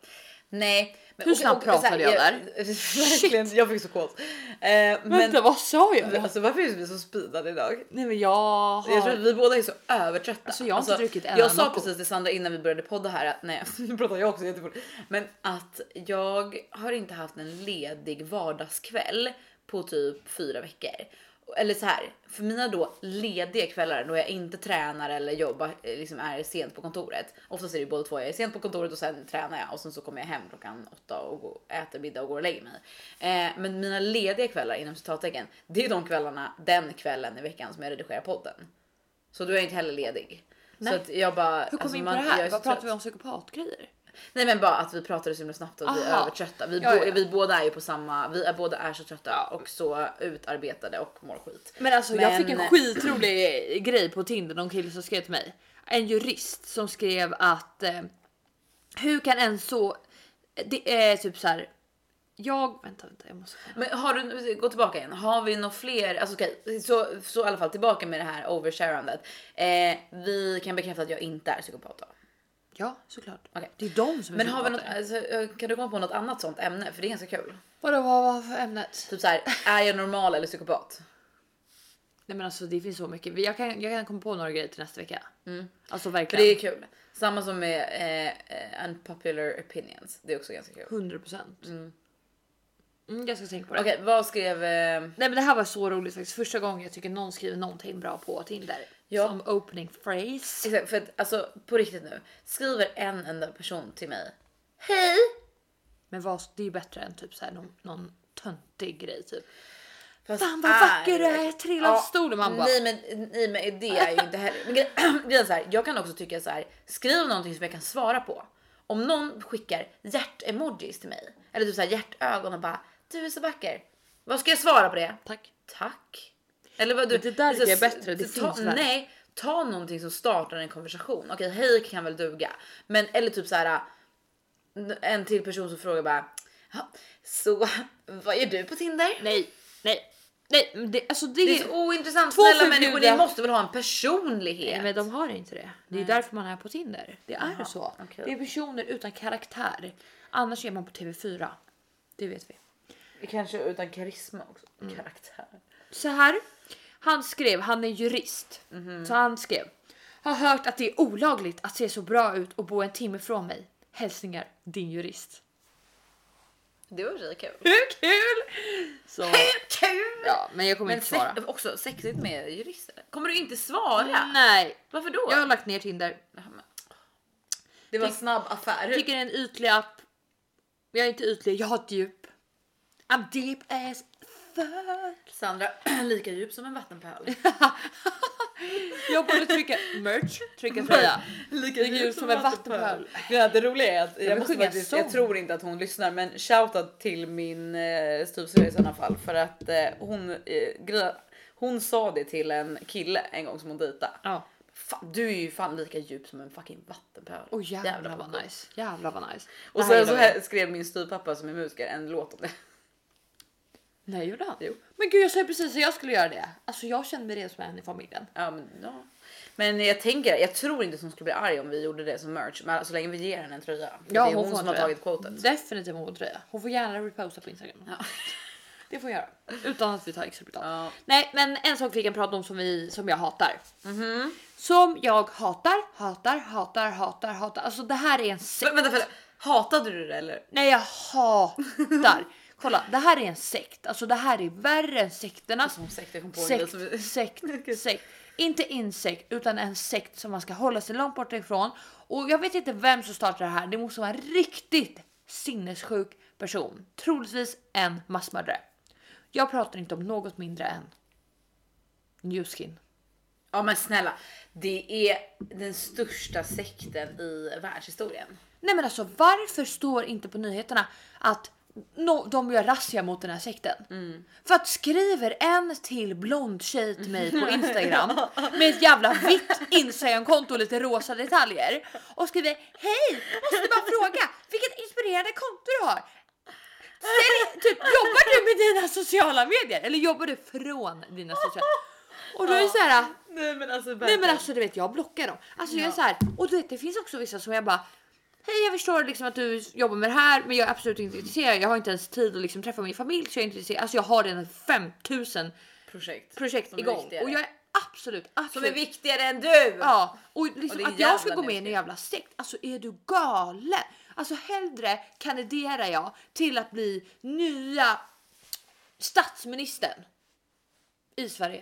Nej. Men, hur snabbt pratade jag där? Verkligen, jag fick så kåt. Vänta, vad sa jag? Alltså varför är vi så speedade idag? Nej men Jag tror att vi båda är så övertrötta. Alltså jag har inte druckit en Jag sa precis till Sandra innan vi började podda här att nej, nu pratar jag också jättefort. Men att jag har inte haft en ledig vardagskväll på typ 4 veckor. Eller så här, för mina då lediga kvällar då jag inte tränar eller jobbar, liksom är sent på kontoret. Oftast är det båda två, jag är sent på kontoret och sen tränar jag och sen så kommer jag hem klockan 8 och äter middag och går och lägger mig. Men mina lediga kvällar inom citattecken, det är de kvällarna, den kvällen i veckan som jag redigerar podden. Så du är inte heller ledig. Nej. Så att jag bara, hur kom vi in på det här? Vad pratar vi om psykopatgrejer? Nej men bara att vi pratade så himla snabbt och vi är övertrötta. Vi båda är ju på samma, vi båda är så trötta och så utarbetade och mår skit. Men alltså jag fick en skitrolig grej på Tinder, någon kille som skrev till mig. En jurist som skrev att hur kan en så, det är typ så här. Vänta, jag måste. Men har du, gå tillbaka igen. Har vi några fler, alltså okej, så i alla fall tillbaka med det här oversharandet. Vi kan bekräfta att jag inte är psykopat då. Ja, såklart. Okay. Det är de som är. Men har vi något, alltså, kan du komma på något annat sånt ämne? För det är ganska kul. Vad för ämnet? Typ så här, är jag normal eller psykopat? Nej men alltså det finns så mycket. Jag kan komma på några grejer till nästa vecka. Alltså För verkligen. det är kul. Samma som med unpopular opinions. Det är också ganska kul. 100%. Jag ska tänka på det. Okej, vad skrev... Nej men det här var så roligt faktiskt. Första gången jag tycker någon skriver någonting bra på Tinder. Ja. Som opening phrase. Exakt, för att alltså på riktigt nu. Skriver en enda person till mig. Hej! Men det är ju bättre än typ så här någon töntig grej typ. Fast Fan vad vacker du är, trilla av stolen man bara. Nej men det är ju inte heller. Men det är så här, jag kan också tycka så här, skriv någonting som jag kan svara på. Om någon skickar hjärt-emojis till mig eller typ så här hjärtögon och bara du är så vacker. Vad ska jag svara på det? Tack. Eller vad du, det där är bättre, det finns där. Nej, ta någonting som startar en konversation. Okej, hej kan väl duga. Men eller typ så här en till person som frågar bara så vad är du på Tinder? Nej, alltså Det är så ointressant. Två Snälla förbjuda- människor, ni måste väl ha en personlighet. Nej, men de har inte det. Det är därför man är på Tinder. Det är Jaha, så. okej. Det är personer utan karaktär. Annars är man på TV4. Det vet vi. Kanske utan karisma också. Karaktär. Så här. Han är jurist. Så han skrev. Har hört att det är olagligt att se så bra ut och bo en timme från mig. Hälsningar, din jurist. Det var så kul. Hur kul! Så, Kul! ja, men jag kommer inte svara. Också sexigt med jurister. Kommer du inte svara? Nej, Varför då? jag har lagt ner Tinder. Det var en snabb affär. Jag tycker det är en ytlig app. Jag är inte ytlig, jag har ett djup. I'm deep as fuck. Sandra, lika djup som en vattenpöl. Jag borde trycka merch, trycka tröja. Lika djup som en vattenpöl. Ja, det roliga är att jag jag tror inte att hon lyssnar, men shoutout till min styvsyrra i sådana fall för att hon sa det till en kille en gång som hon dejtade. Ja. Fan, du är ju fan lika djup som en fucking vattenpöl. Jävlar vad nice. Jävlar vad nice. Och sen så här skrev min styvpappa som är musiker en låt om det. Nej, gjorde han? Jo. Men gud, jag sa precis att jag skulle göra det. Alltså jag känner mig redan som en i familjen. Ja. Men jag tror inte att hon skulle bli arg om vi gjorde det som merch. Men så länge vi ger henne en tröja. Ja, det är hon som har tagit quotet. Definitivt hon tröja. Hon får gärna reposta på Instagram. Ja. Det får jag göra. Utan att vi tar extra betalt. Ja. Nej, men en sak vi kan prata om som jag hatar. Som jag hatar. Alltså det här är en sekt. Vänta. Hatade du det eller? Nej, jag hatar. Kolla, det här är en sekt. Alltså det här är värre än sekterna. Som sekt, jag kom på en grej Sekt. Inte insekt utan en sekt som man ska hålla sig långt bort ifrån. Och jag vet inte vem som startar det här. Det måste vara en riktigt sinnessjuk person. Troligtvis en massmördare. Jag pratar inte om något mindre än Newskin. Ja men snälla, det är den största sekten i världshistorien. Nej men alltså varför står inte på nyheterna att de gör razzia mot den här sekten? För att skriver en till blond tjej till mig på Instagram med ett jävla vitt Instagram-konto och lite rosa detaljer och skriver hej, måste bara fråga vilket inspirerande konto du har. Typ, jobbar du med dina sociala medier eller jobbar du från dina sociala? Och då är det så här. Nej men alltså du vet, jag blockar dem. Alltså jag är så här, och du vet det finns också vissa som jag bara hej, jag förstår liksom att du jobbar med det här, men jag är absolut inte intresserad. Jag har inte ens tid att liksom träffa min familj, så jag är inte intresserad. Alltså jag har redan 5000 projekt igång och jag är absolut som är viktigare än du. Ja, och liksom och att jag ska gå med i en jävla sekt. Alltså är du galen? Alltså hellre kandiderar jag till att bli nya statsministern i Sverige.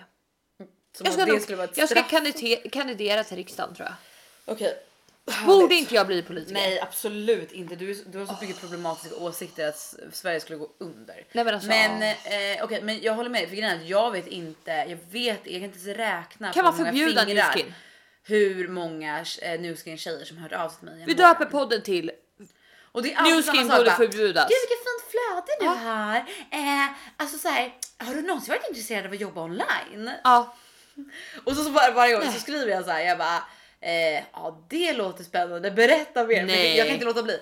Jag ska kandidera till riksdagen, tror jag. Okej. Borde inte jag bli politiker? Nej, absolut inte. Du har så mycket problematiska åsikter att Sverige skulle gå under. Nej, men alltså, okej, men jag håller med. För grejen är att jag vet inte. Jag kan inte ens räkna kan på man förbjuda Nuskin? Hur många Nuskin tjejer som hört av sig till mig. Vi döper podden till och det är Nuskin borde förbjudas. Gud, vilket fint flöde du har. Alltså så här, har du någonsin varit intresserad av att jobba online? Ja. Och så varje gång så skriver jag så här, jag bara ja, det låter spännande. Berätta mer. Nej. Jag kan inte låta bli.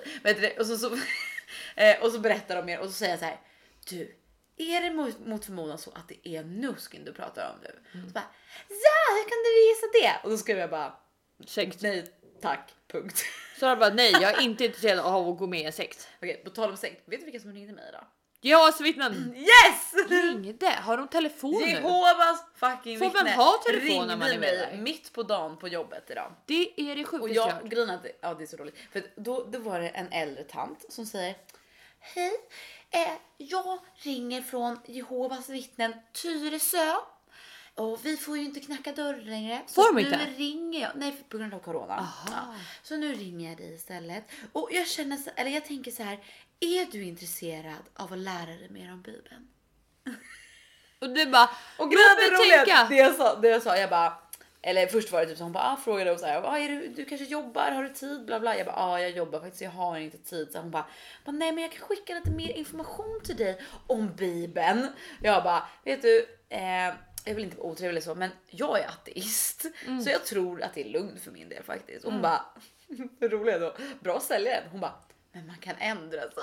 Och så berättar de mer och så säger jag så här: du, är det mot förmodan så att det är Nuskin du pratar om nu? Så bara, ja, hur kan du gissa det? Och då skriver jag bara sekt. Nej, tack. Punkt. Så jag bara, nej, jag är inte intresserad av att gå med i en sekt. Okej, på tal om sekt. Vet du vilka som ringde mig idag? Jehovas vittnen. Yes! Ringde. Har de telefon nu? Jehovas fucking vittnen. Får man ha telefon när man är med mig mitt på dagen på jobbet idag. Det är det sjukaste. Och jag grinar, ja, det är så roligt. För då var det en äldre tant som säger: hej, jag ringer från Jehovas vittnen Tyresö. Och vi får ju inte knacka dörr längre. Får de inte? Nu ringer jag. Nej, på grund av corona. Ja. Så nu ringer jag dig istället. Och jag känner så, eller jag tänker så här: är du intresserad av att lära dig mer om Bibeln? Och du bara, och det jag sa, jag bara, eller först var det typ så hon bara frågade och så här, är du kanske jobbar, har du tid, bla bla. Jag bara, jag jobbar faktiskt, jag har inte tid. Så hon bara, nej, men jag kan skicka lite mer information till dig om Bibeln. Jag bara, vet du, jag vill inte vara otrevlig så, men jag är ateist. Så jag tror att det är lugnt för min del faktiskt. Hon bara, roligt då, bra säljare. Hon bara, men man kan ändra sig.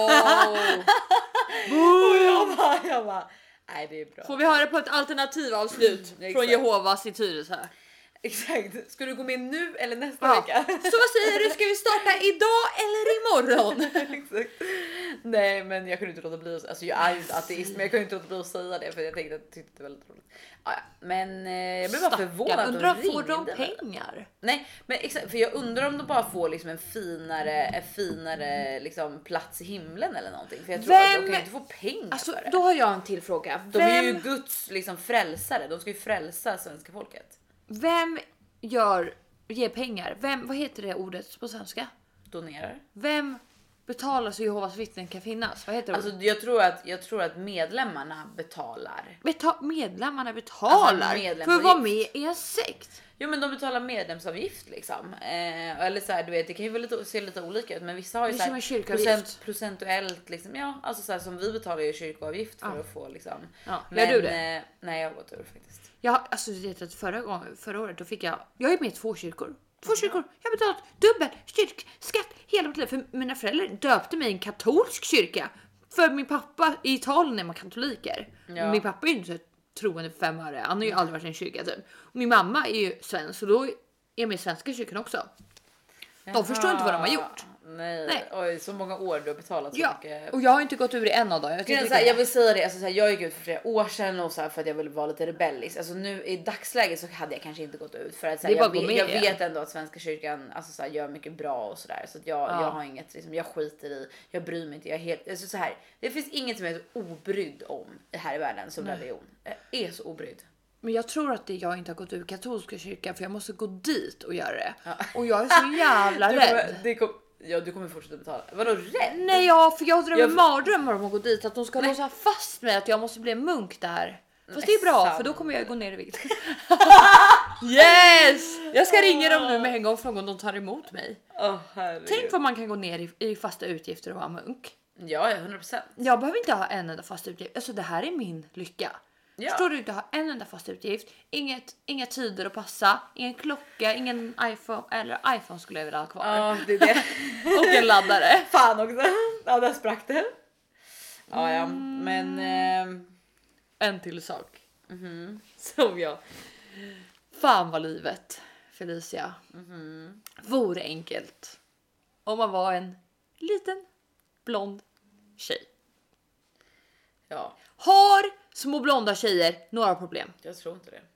Och jag bara, nej, det är bra. Får vi höra på ett alternativ avslut från Jehovas i Tyresö här? Exakt. Ska du gå med nu eller nästa vecka? Så vad säger du? Ska vi starta idag eller imorgon? Exakt. Nej, men jag kunde inte låta bli. Alltså jag är ju inte ateist, men jag kunde inte låta bli att säga det för jag tänkte att jag tyckte det var väldigt roligt. Ja, men jag blev bara förvånad. Undrar får de pengar? Nej, men exakt, för jag undrar om de bara får liksom en finare liksom plats i himlen eller någonting. För jag tror att de kan inte få pengar alltså, för det. Då har jag en till fråga. De är ju Guds liksom frälsare. De ska ju frälsa svenska folket. Vem ger pengar? Vad heter det ordet på svenska? Donerar. Vem betalar så Jehovas vittnen kan finnas? Vad heter det? Alltså jag tror att medlemmarna betalar. Medlemmarna betalar alltså, för att vara med i en sekt. Jo, men de betalar medlemsavgift liksom. Eller så här, du vet, det kan ju se lite olika ut, men vissa har ju så här procentuellt liksom. Ja, alltså så här, som vi betalar ju kyrkoavgift för att få liksom. Ja, men, gör du det? Nej, jag har gått ur faktiskt. Ja, alltså det att förra året då fick jag är med i 2 kyrkor. 2 kyrkor. Jag har betalat dubbel kyrkskatt hela mitt liv, för mina föräldrar döpte mig i en katolsk kyrka. För min pappa i Italien är man katoliker. Ja. Min pappa är ju inte så troende 5 öre. Han har ju aldrig varit i en kyrka typ. Och min mamma är ju svensk, så då är jag med i svenska kyrkan också. De förstår inte vad de har gjort. Nej. Oj, så många år du har betalat så mycket. Och jag har inte gått ur i en av dem. Jag vill säga det, alltså, så här, jag gick ut för flera år sedan och så här, för att jag ville vara lite rebellisk. Alltså, nu i dagsläget så hade jag kanske inte gått ut för att så här, jag vet ändå att svenska kyrkan alltså, så här, gör mycket bra och sådär. Så att jag har inget, liksom, jag skiter i, jag bryr mig inte. Jag är helt, alltså, så här, det finns inget som jag är så obrydd om här i världen som religion. Jag är så obrydd. Men jag tror att jag inte har gått ur katolska kyrkan för jag måste gå dit och göra det. Ja. Och jag är så jävla rädd. Du kommer fortsätta betala. Vadå rädd? Nej, för jag drömmer mardrömmar om att gå dit. Att de ska låsa fast mig, att jag måste bli en munk där. Fast det är bra, för då kommer jag gå ner i vikt. Yes! Jag ska ringa dem nu med en gång från om de tar emot mig. Tänk vad man kan gå ner i fasta utgifter och vara munk. Ja, 100%. Jag behöver inte ha en enda fast utgift. Alltså det här är min lycka. Ja. Förstår du, inte ha en enda fast utgift, inga tider att passa, ingen klocka, ingen iPhone, eller iPhone skulle jag vilja ha kvar. Ja, det är det. Och en laddare. Fan också. Ja, där sprack det. Ja, men en till sak. Som jag. Fan vad livet, Felicia. Vore enkelt om man var en liten blond tjej. Ja, Har små blonda tjejer några problem? jag tror inte det.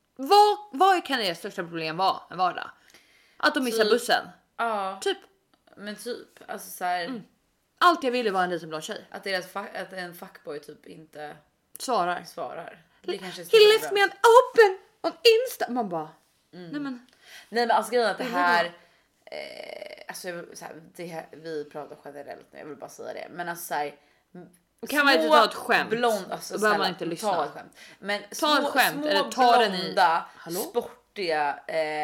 Vad kan deras största problem vara en vardag? Att de missar bussen. Ja, Typ. men typ. Alltså så här, Allt jag ville var en liten blond tjej. att en fuckboy typ inte Svarar. Det kanske är He största left me problemet. an open on Insta. Man bara. Nej men alltså grejen är att det här... alltså så här, vi pratar generellt nu, jag vill bara säga det. Men alltså så här, kan man inte ta ett skämt? Blond, alltså, Då behöver man inte lyssna. Ta ett skämt. Men Ta ett skämt, små eller ta den i- blonda, Hallå? sportiga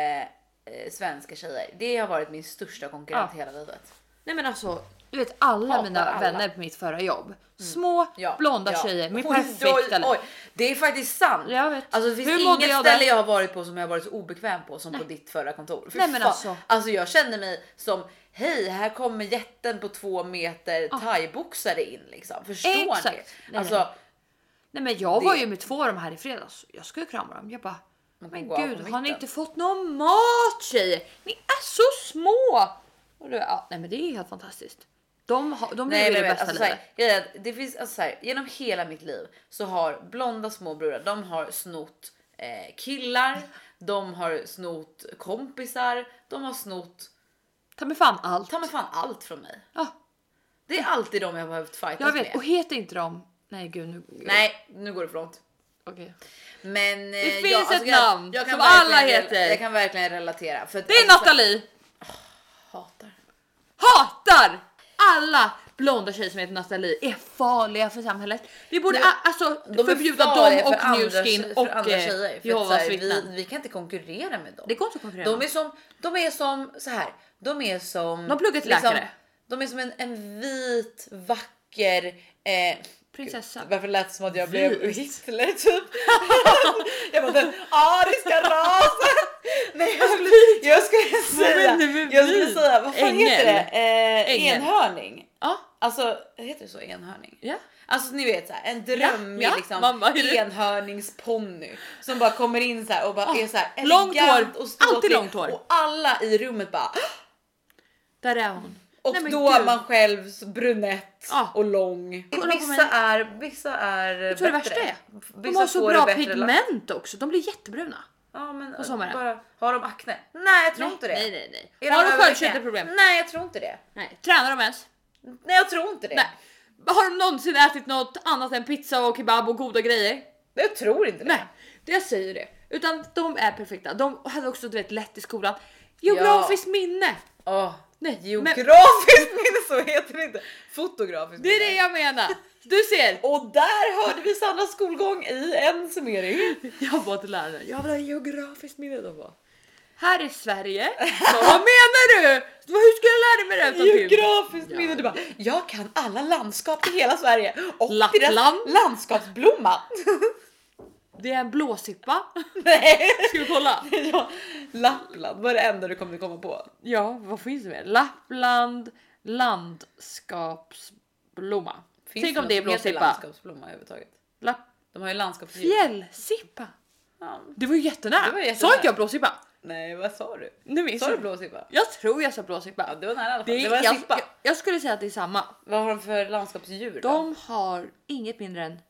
svenska tjejer. Det har varit min största konkurrent hela livet. Nej men alltså, du vet alla Hatar mina alla. vänner på mitt förra jobb. Små blonda tjejer med Oj, perfekta liv. oj, det är faktiskt sant. Jag vet. Alltså det finns Hur mådde inget jag ställe där? jag har varit på som jag har varit så obekväm på som på ditt förra kontor. Fy Nej, men fan. alltså. Jag känner mig som hej, här kommer jätten på 2 meter thaiboxare in liksom. Förstår Exakt. ni? Nej, Alltså, Nej men jag var ju med 2 av dem här i fredags. Jag skulle krama dem. Jag bara, men gå av på gud, har ni mitten. inte fått någon mat tjejer? Ni är så små. Och då, nej men det är helt fantastiskt. De lever ju det bästa alltså, så här, livet. grejen är att det finns alltså, så här, genom hela mitt liv så har blonda små brudar, de har snott killar, de har snott kompisar, de har snott Ta mig fan allt. ta mig fan allt från mig. Ja, Det är alltid de jag har behövt fightas jag vet. med. Och heter inte de... Nej gud nu... Nej, nu går det för långt. Okej. Men Det finns ett jag namn kan som verkligen alla heter. Jag kan verkligen relatera för att, Det är alltså, Nathalie. hatar. Hatar! Alla blonda tjejer som heter Nathalie är farliga för samhället. Vi borde alltså De är förbjuda farliga dem för och Newskin och andra tjejer för att, så Jehovas här, vittnen. vi kan inte konkurrera med dem. Det går inte att konkurrera. De är som så här. De är som De pluggar till läkare. De är som en vit vacker Prinsessa. Varför lät det som att jag Vit. blev Hitler typ? Jag bara den ariska rasen. Nej, jag skulle säga vad fan Ängel. heter det? Ängel. Enhörning. Ja. Alltså heter det så, enhörning? Ja. Alltså ni vet så här, en drömmig Ja, liksom mamma, är det- enhörningsponny som bara kommer in så här och bara är så här långt elegant hår. och ståtlig. Alltid långt hår. Och alla i rummet bara Där är hon. och Nej, men då är gud. man själv brunett Ja. och lång. Kolla på Vissa mig. är Vet du vad det värsta är? De Vissa har så får bra det bättre pigment också. De blir jättebruna. Ja, men på sommaren. bara, har de akne? Nej, jag tror inte det. Nej. Är Har de över sköldkörtelproblem? Nej, jag tror inte det. Nej. Tränar de ens? Nej, jag tror inte det. Nej. Har de någonsin ätit något annat än pizza och kebab och goda grejer? Jag tror inte det. Nej, jag säger det. Utan de är perfekta. De hade också du vet lätt i skolan. Geografiskt minne. Åh, Nej, geografiskt minne så heter det inte. Fotografiskt Det är det minne. jag menar. Du ser. Och där hörde vi Sandras skolgång i en summering. Jag var till läraren. Jag vill ha geografiskt minne. De bara. Här är Sverige. Vad menar du? Hur ska jag lära mig det? Utan till? Geografiskt minne. Du bara, jag kan alla landskap i hela Sverige. Och Lappland. deras landskapsblomma. Det är en blåsippa. Nej. Ska vi kolla? Ja, Lappland var det enda du kommer komma på. Ja, vad finns det mer? Lappland landskapsblomma. Finns Tänk om något det är som heter blåsippa. landskapsblomma överhuvudtaget? De har ju landskapsdjur. Fjällsippa. Ja. Det var ju jättenära. Det var jättenära. Sa inte jag blåsippa? Nej, vad sa du? Nu minns Sa du jag. blåsippa? Jag tror jag sa blåsippa. Ja, det var nära i alla fall. Det Det var en jag, sippa. jag skulle säga att det är samma. Vad har de för landskapsdjur då? De har inget mindre än...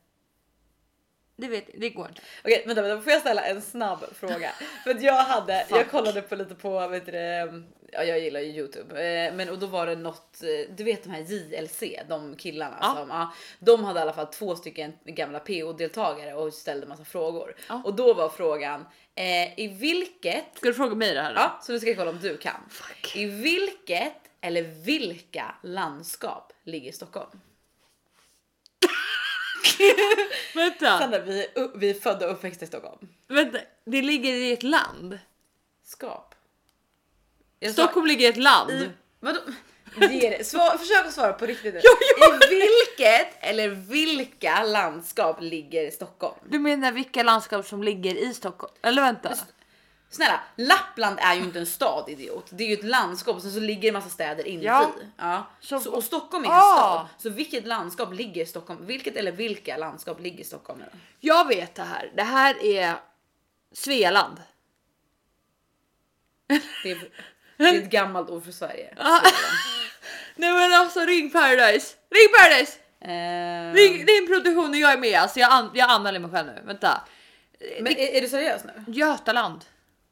Det går inte. Okej, vänta, då får jag ställa en snabb fråga. För att jag kollade på lite på, vet du det, ja, jag gillar ju YouTube. Men och då var det något, du vet de här JLC, de killarna Ja. som, de hade i alla fall 2 stycken gamla PO-deltagare och ställde massa frågor. Ja. Och då var frågan, i vilket, Ska du fråga mig det här? ja, så nu ska jag kolla om du kan. Fuck. I vilket eller vilka landskap ligger i Stockholm? Vänta. Sandra, vi är födda och uppväxta i Stockholm. Vänta. Det ligger i ett land. Skap. Jag sa- Stockholm ligger i ett land. Vadå? Ge det. Försök att svara på riktigt nu. Jo. I vilket eller vilka landskap ligger i Stockholm? Du menar vilka landskap som ligger i Stockholm? Eller vänta. Snälla, Lappland är ju inte en stad, idiot. Det är ju ett landskap och sen så ligger det en massa städer inuti. Ja. Ja. Så- Och Stockholm är en Ah. stad. Så vilket landskap ligger i Stockholm? Vilket eller vilka landskap ligger i Stockholm nu? Jag vet det här. Det här är Svealand. Det är... Det är ett gammalt ord för Sverige. Nej men alltså ring Paradise. Ring Paradise. Ring din produktion och jag är med. Alltså jag anmäler mig själv nu. Vänta. Men är du seriös nu? Götaland.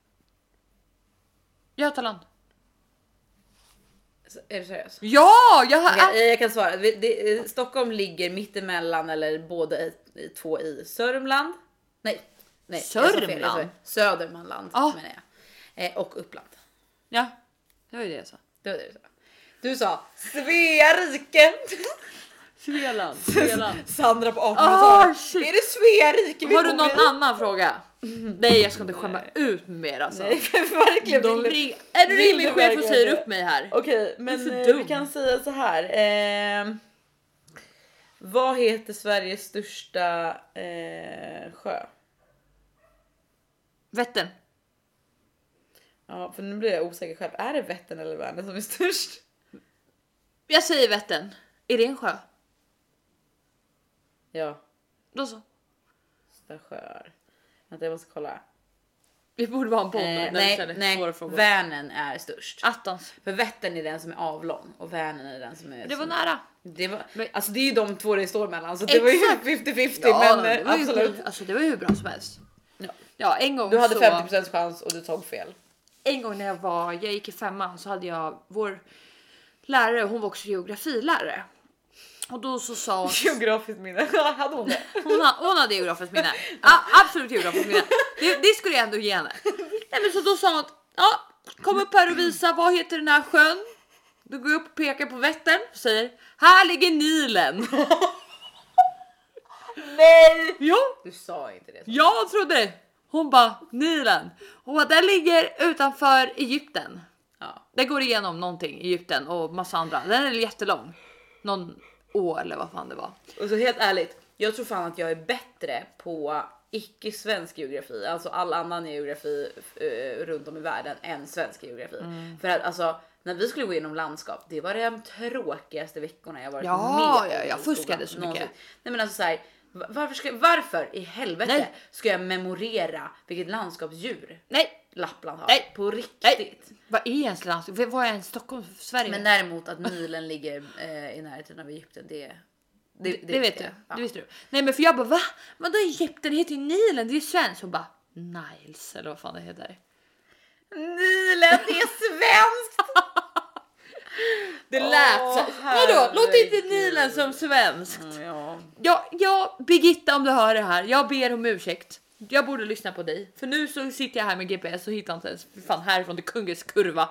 Är du seriös? Ja, Jag kan svara. Stockholm ligger mittemellan eller båda två i Sörmland. Nej. Sörmland? Södermanland menar jag. Och Uppland. Ja, det var ju det jag sa. Det var det du sa. Du sa Svea rike. Svealand. Sandra på 18 shit. Är det Svea rike? Har du någon annan fråga? Nej, jag ska inte skämma ut mer alltså. Nej, verkligen. Är du rimlig chef och säger upp mig här? Okej, men vi kan säga så här. Vad heter Sveriges största sjö? Vättern. Ja, för nu blir jag osäker själv. Är det Vättern eller Vänern som är störst? Jag säger Vättern. Är det en sjö? Ja. Då så. Största sjöar. Vänta, jag måste kolla. Vi borde vara en podd nej. Vänern är störst. Attans. För Vättern är den som är avlång och Vänern är den som är... Det var nära. Alltså det är ju de två det står mellan. Så det var ju 50-50 ja, men absolut. Alltså det var ju hur bra som helst. Ja, en gång du hade 50% chans och du tog fel. En gång när jag gick i 5:an så hade jag vår lärare, hon var också geografilärare. Och då så sa hon... Geografiskt minne, hade hon det? Hon hade geografiskt minne. Absolut geografiskt minne. Det skulle jag ändå ge henne. Nej, men så då sa hon, kom upp här och visa, vad heter den här sjön? Då går jag upp och pekar på Vättern och säger, här ligger Nilen. Nej! Jo. Du sa inte det. Jag trodde. Hon bara, Nilen. Hon bara, den ligger utanför Egypten. Ja. Det går igenom någonting i Egypten och massa andra. Den är jättelång. Någon år eller vad fan det var. Och så helt ärligt, jag tror fan att jag är bättre på icke-svensk geografi. Alltså all annan geografi runt om i världen än svensk geografi. För att alltså, när vi skulle gå igenom landskap, det var de tråkigaste veckorna jag varit med om. Ja, jag fuskade så mycket. Nej men alltså så här, varför i helvete ska jag memorera vilket landskapsdjur? Nej. Lappland har. Nej. På riktigt. Nej. Vad är ens landskap? Vad är ens Stockholm, Sverige? Men däremot att Nilen ligger i närheten av Egypten, det vet du. Ja. Det visste du. Nej men för jag bara, va? Men då Egypten heter ju Nilen, det är svenskt. Hon bara, Niles eller vad fan det heter. Nilen, det är svenskt! Det lät så. Vadå? Låter inte Nilen som svenskt? Ja, Birgitta, om du hör det här. Jag ber om ursäkt. Jag borde lyssna på dig. För nu så sitter jag här med GPS och hittar inte ens fan härifrån till Kungens kurva.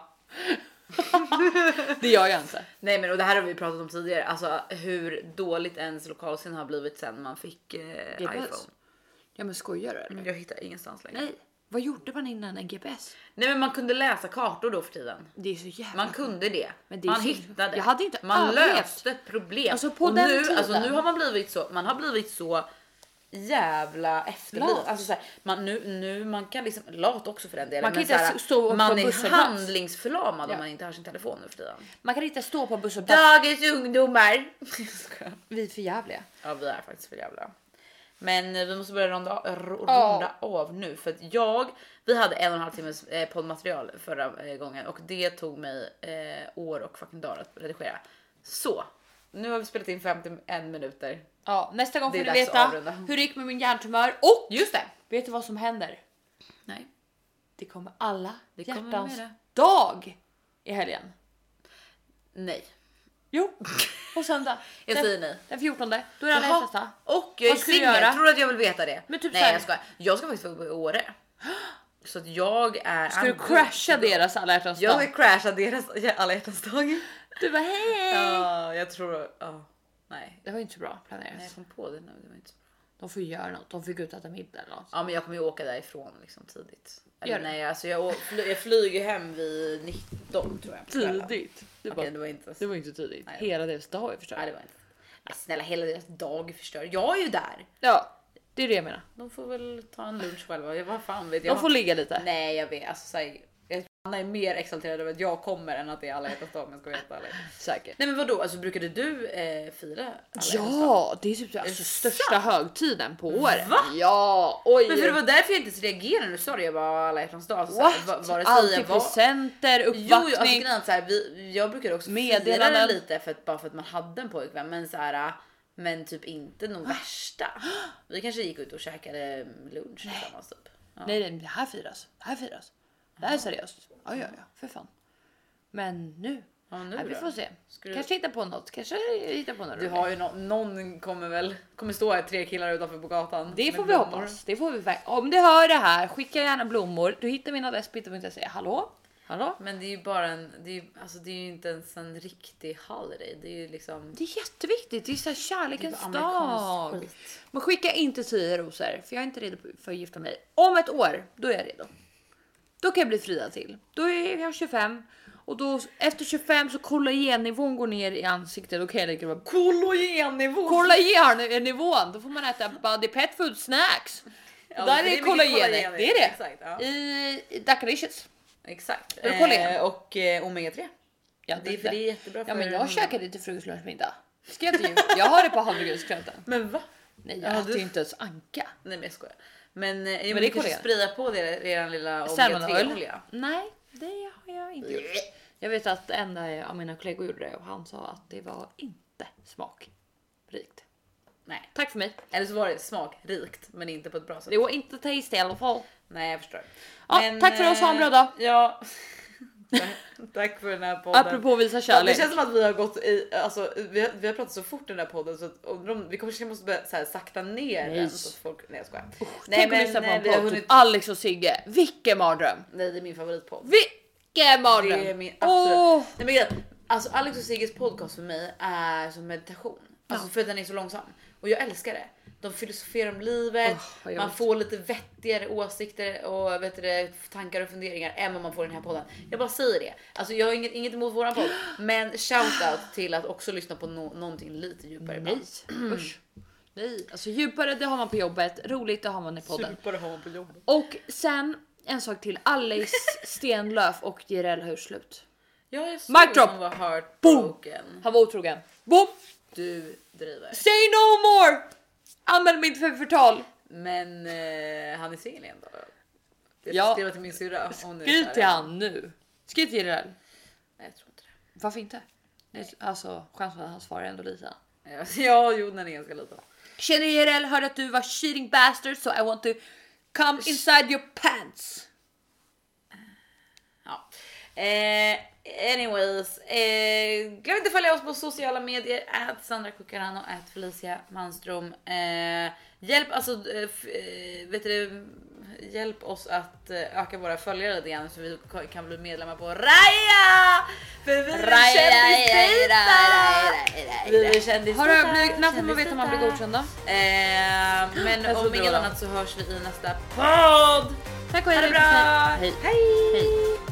Det gör jag inte. Nej men och det här har vi pratat om tidigare. Alltså hur dåligt ens lokalscen har blivit sen man fick iPhone. Ja men skojar du eller? Jag hittar ingenstans längre. Nej. Vad gjorde man innan en GPS? Nej men man kunde läsa kartor då för tiden. Det är så jävla. Man kunde det. Men det man så... hittade. Jag hade inte man löste problem. Alltså på och den nu, tiden. alltså nu har man blivit så jävla efterbliven. Alltså så här, man kan liksom lat också för den delen. Man kan inte här, stå man på är handlingsförlamad om man inte har sin telefon nu för tiden. Man kan inte stå på bussen. Dagens ungdomar. Vi är för jävliga. Ja, vi är faktiskt för jävla. Men vi måste börja runda av nu för att vi hade 1,5 timmes poddmaterial förra gången och det tog mig år och fucking dagar att redigera. Så, nu har vi spelat in 51 minuter. Ja, nästa gång får ni veta hur det gick med min hjärntumör och just det. Vet du vad som händer? Nej. Det kommer alla hjärtans med dag i helgen. Nej. Jo, på söndag. Jag säger nej. Den 14. Då är det alla hjärtans dag. Och jag är singel. Tror du att jag vill veta det? Men typ nej, jag ska faktiskt vara i Åre. Så att jag är... Ska du crasha deras alla hjärtans dag? Jag vill crasha deras alla hjärtans dag. Du bara hej. Ja, jag tror... nej. Det var inte så bra planerat. Nej, jag kom på det nu. Det var inte så bra. De får göra något. De fick ut att äta middag eller något. Ja, men jag kommer ju åka därifrån liksom tidigt. Eller, nej, alltså jag flyger hem vid 19 tror jag. Tidigt. Det var inte tidigt. Nej, hela deras dag är förstörd. Nej, det var inte. Men snälla, hela deras dag är förstörd. Jag är ju där. Ja, det är det jag menar. De får väl ta en lunch själva. Vad fan vet jag. De får ligga lite. Nej, jag vet. Alltså, Anna är mer exalterad över att jag kommer än att det är alla hjärtans dag, om jag ska vara helt ärlig. Säkert. Nej men vadå, alltså brukade du fira alla hjärtans dag? Ja, det är typ alltså största högtiden på året. Va? Ja, oj. Men för det var därför jag inte ens reagerade när du sa det. Jag bara alla hjärtans dag. Alltså, What? Alltid presenter, uppvaktning. Jo, alltså grejen så här, jag brukade också fira det lite bara för att man hade en pojkvän, men så här, men typ inte någon värsta. Vi kanske gick ut och käkade lunch tillsammans typ. Ja. Nej, det här firas. Det här är seriöst. Ja, för fan. Men nu. Ja, nu vi får se. Du... Kanske hitta på något. Du har ju någon kommer stå här 3 killar utanför på gatan. Det får vi hoppas. Det får vi. Om du hör det här, skicka gärna blommor. Du hittar min adress på Twitter.se. Hallå? Men det är ju bara det är ju inte ens en riktig holiday. Det är ju liksom. Det är jätteviktigt. Det är så här kärlekens dag. Men skicka inte 10 rosor, för jag är inte redo för att gifta mig. Om ett år, då är jag redo. Då kan jag bli Frida till. Då är jag 25. Och då efter 25 så kollagennivån går ner i ansiktet. Då kan jag lägga kollagennivån. Då får man äta Body Pet Food Snacks. Ja, där är kollagen. Det är det. Exakt, ja. I Dakaricious. Exakt. Och omega 3. Ja, det är jättebra för. Ja, men jag käkade lite frukost, lunch, middag. Ska jag inte? Jag har det på havregrynsgröten. Men va? Nej, jag äter ju inte ens anka. Nej, men jag skojar. Men det är kanske sprida på er lilla omega 3 olja. Nej, det har jag inte gjort. Jag vet att en av mina kollegor gjorde det och han sa att det var inte smakrikt. Nej. Tack för mig. Eller så var det smakrikt men inte på ett bra sätt. Det var inte tasty i alla fall. Nej, jag förstår. Ja, men, tack för oss, ha en bra dag. Ja. Tack för den här podden. Apropå visa kärlek. Det känns som att vi har gått i, alltså vi har pratat så fort i den här podden så att vi kanske måste börja så här, sakta ner den så att folk, nej jag skojar. Nej, men lyssna på en podd, typ Alex och Sigge. Vilken mardröm. Nej, det är min favoritpodd. Vilken mardröm. Det är min absolut. Nej, men alltså Alex och Sigges podcast för mig är som meditation. Alltså för att den är så långsam och jag älskar det. De filosoferar om livet, man får lite vettigare åsikter och tankar och funderingar än vad man får i den här podden. Jag bara säger det. Alltså jag har inget emot våran podd, men shoutout till att också lyssna på någonting lite djupare. Nej, nej, alltså djupare det har man på jobbet, roligt det har man i podden. Djupare har man på jobbet. Och sen en sak till, Alice Stenlöf och Jireel har slut. Ja, jag såg Mic drop. Hon var heartbroken. Han var otrogen. Boom! Du driver. Say no more! Anmäl mig inte för förtal. Men han är singel igen då. Jag skrev till min syrra. Skriv till han nu. Skriv till Jireel. Nej, jag tror inte det. Varför inte? Alltså, chansen att han svarar ändå lite. Ja, jo, den är ganska liten. Känner Jireel, hörde att du var cheating bastard, so I want to come inside your pants. Ja. Anyways, glöm inte att följa oss på sociala medier, @SandraKukarano, @Felicia Manström. Hjälp, alltså, hjälp oss att öka våra följare lite grann så vi kan bli medlemmar på Raya! För vi är kändisar. När får man veta om man blir godkänd då? Men om inget annat så hörs vi i nästa podd. Tack och ha det bra. Hej.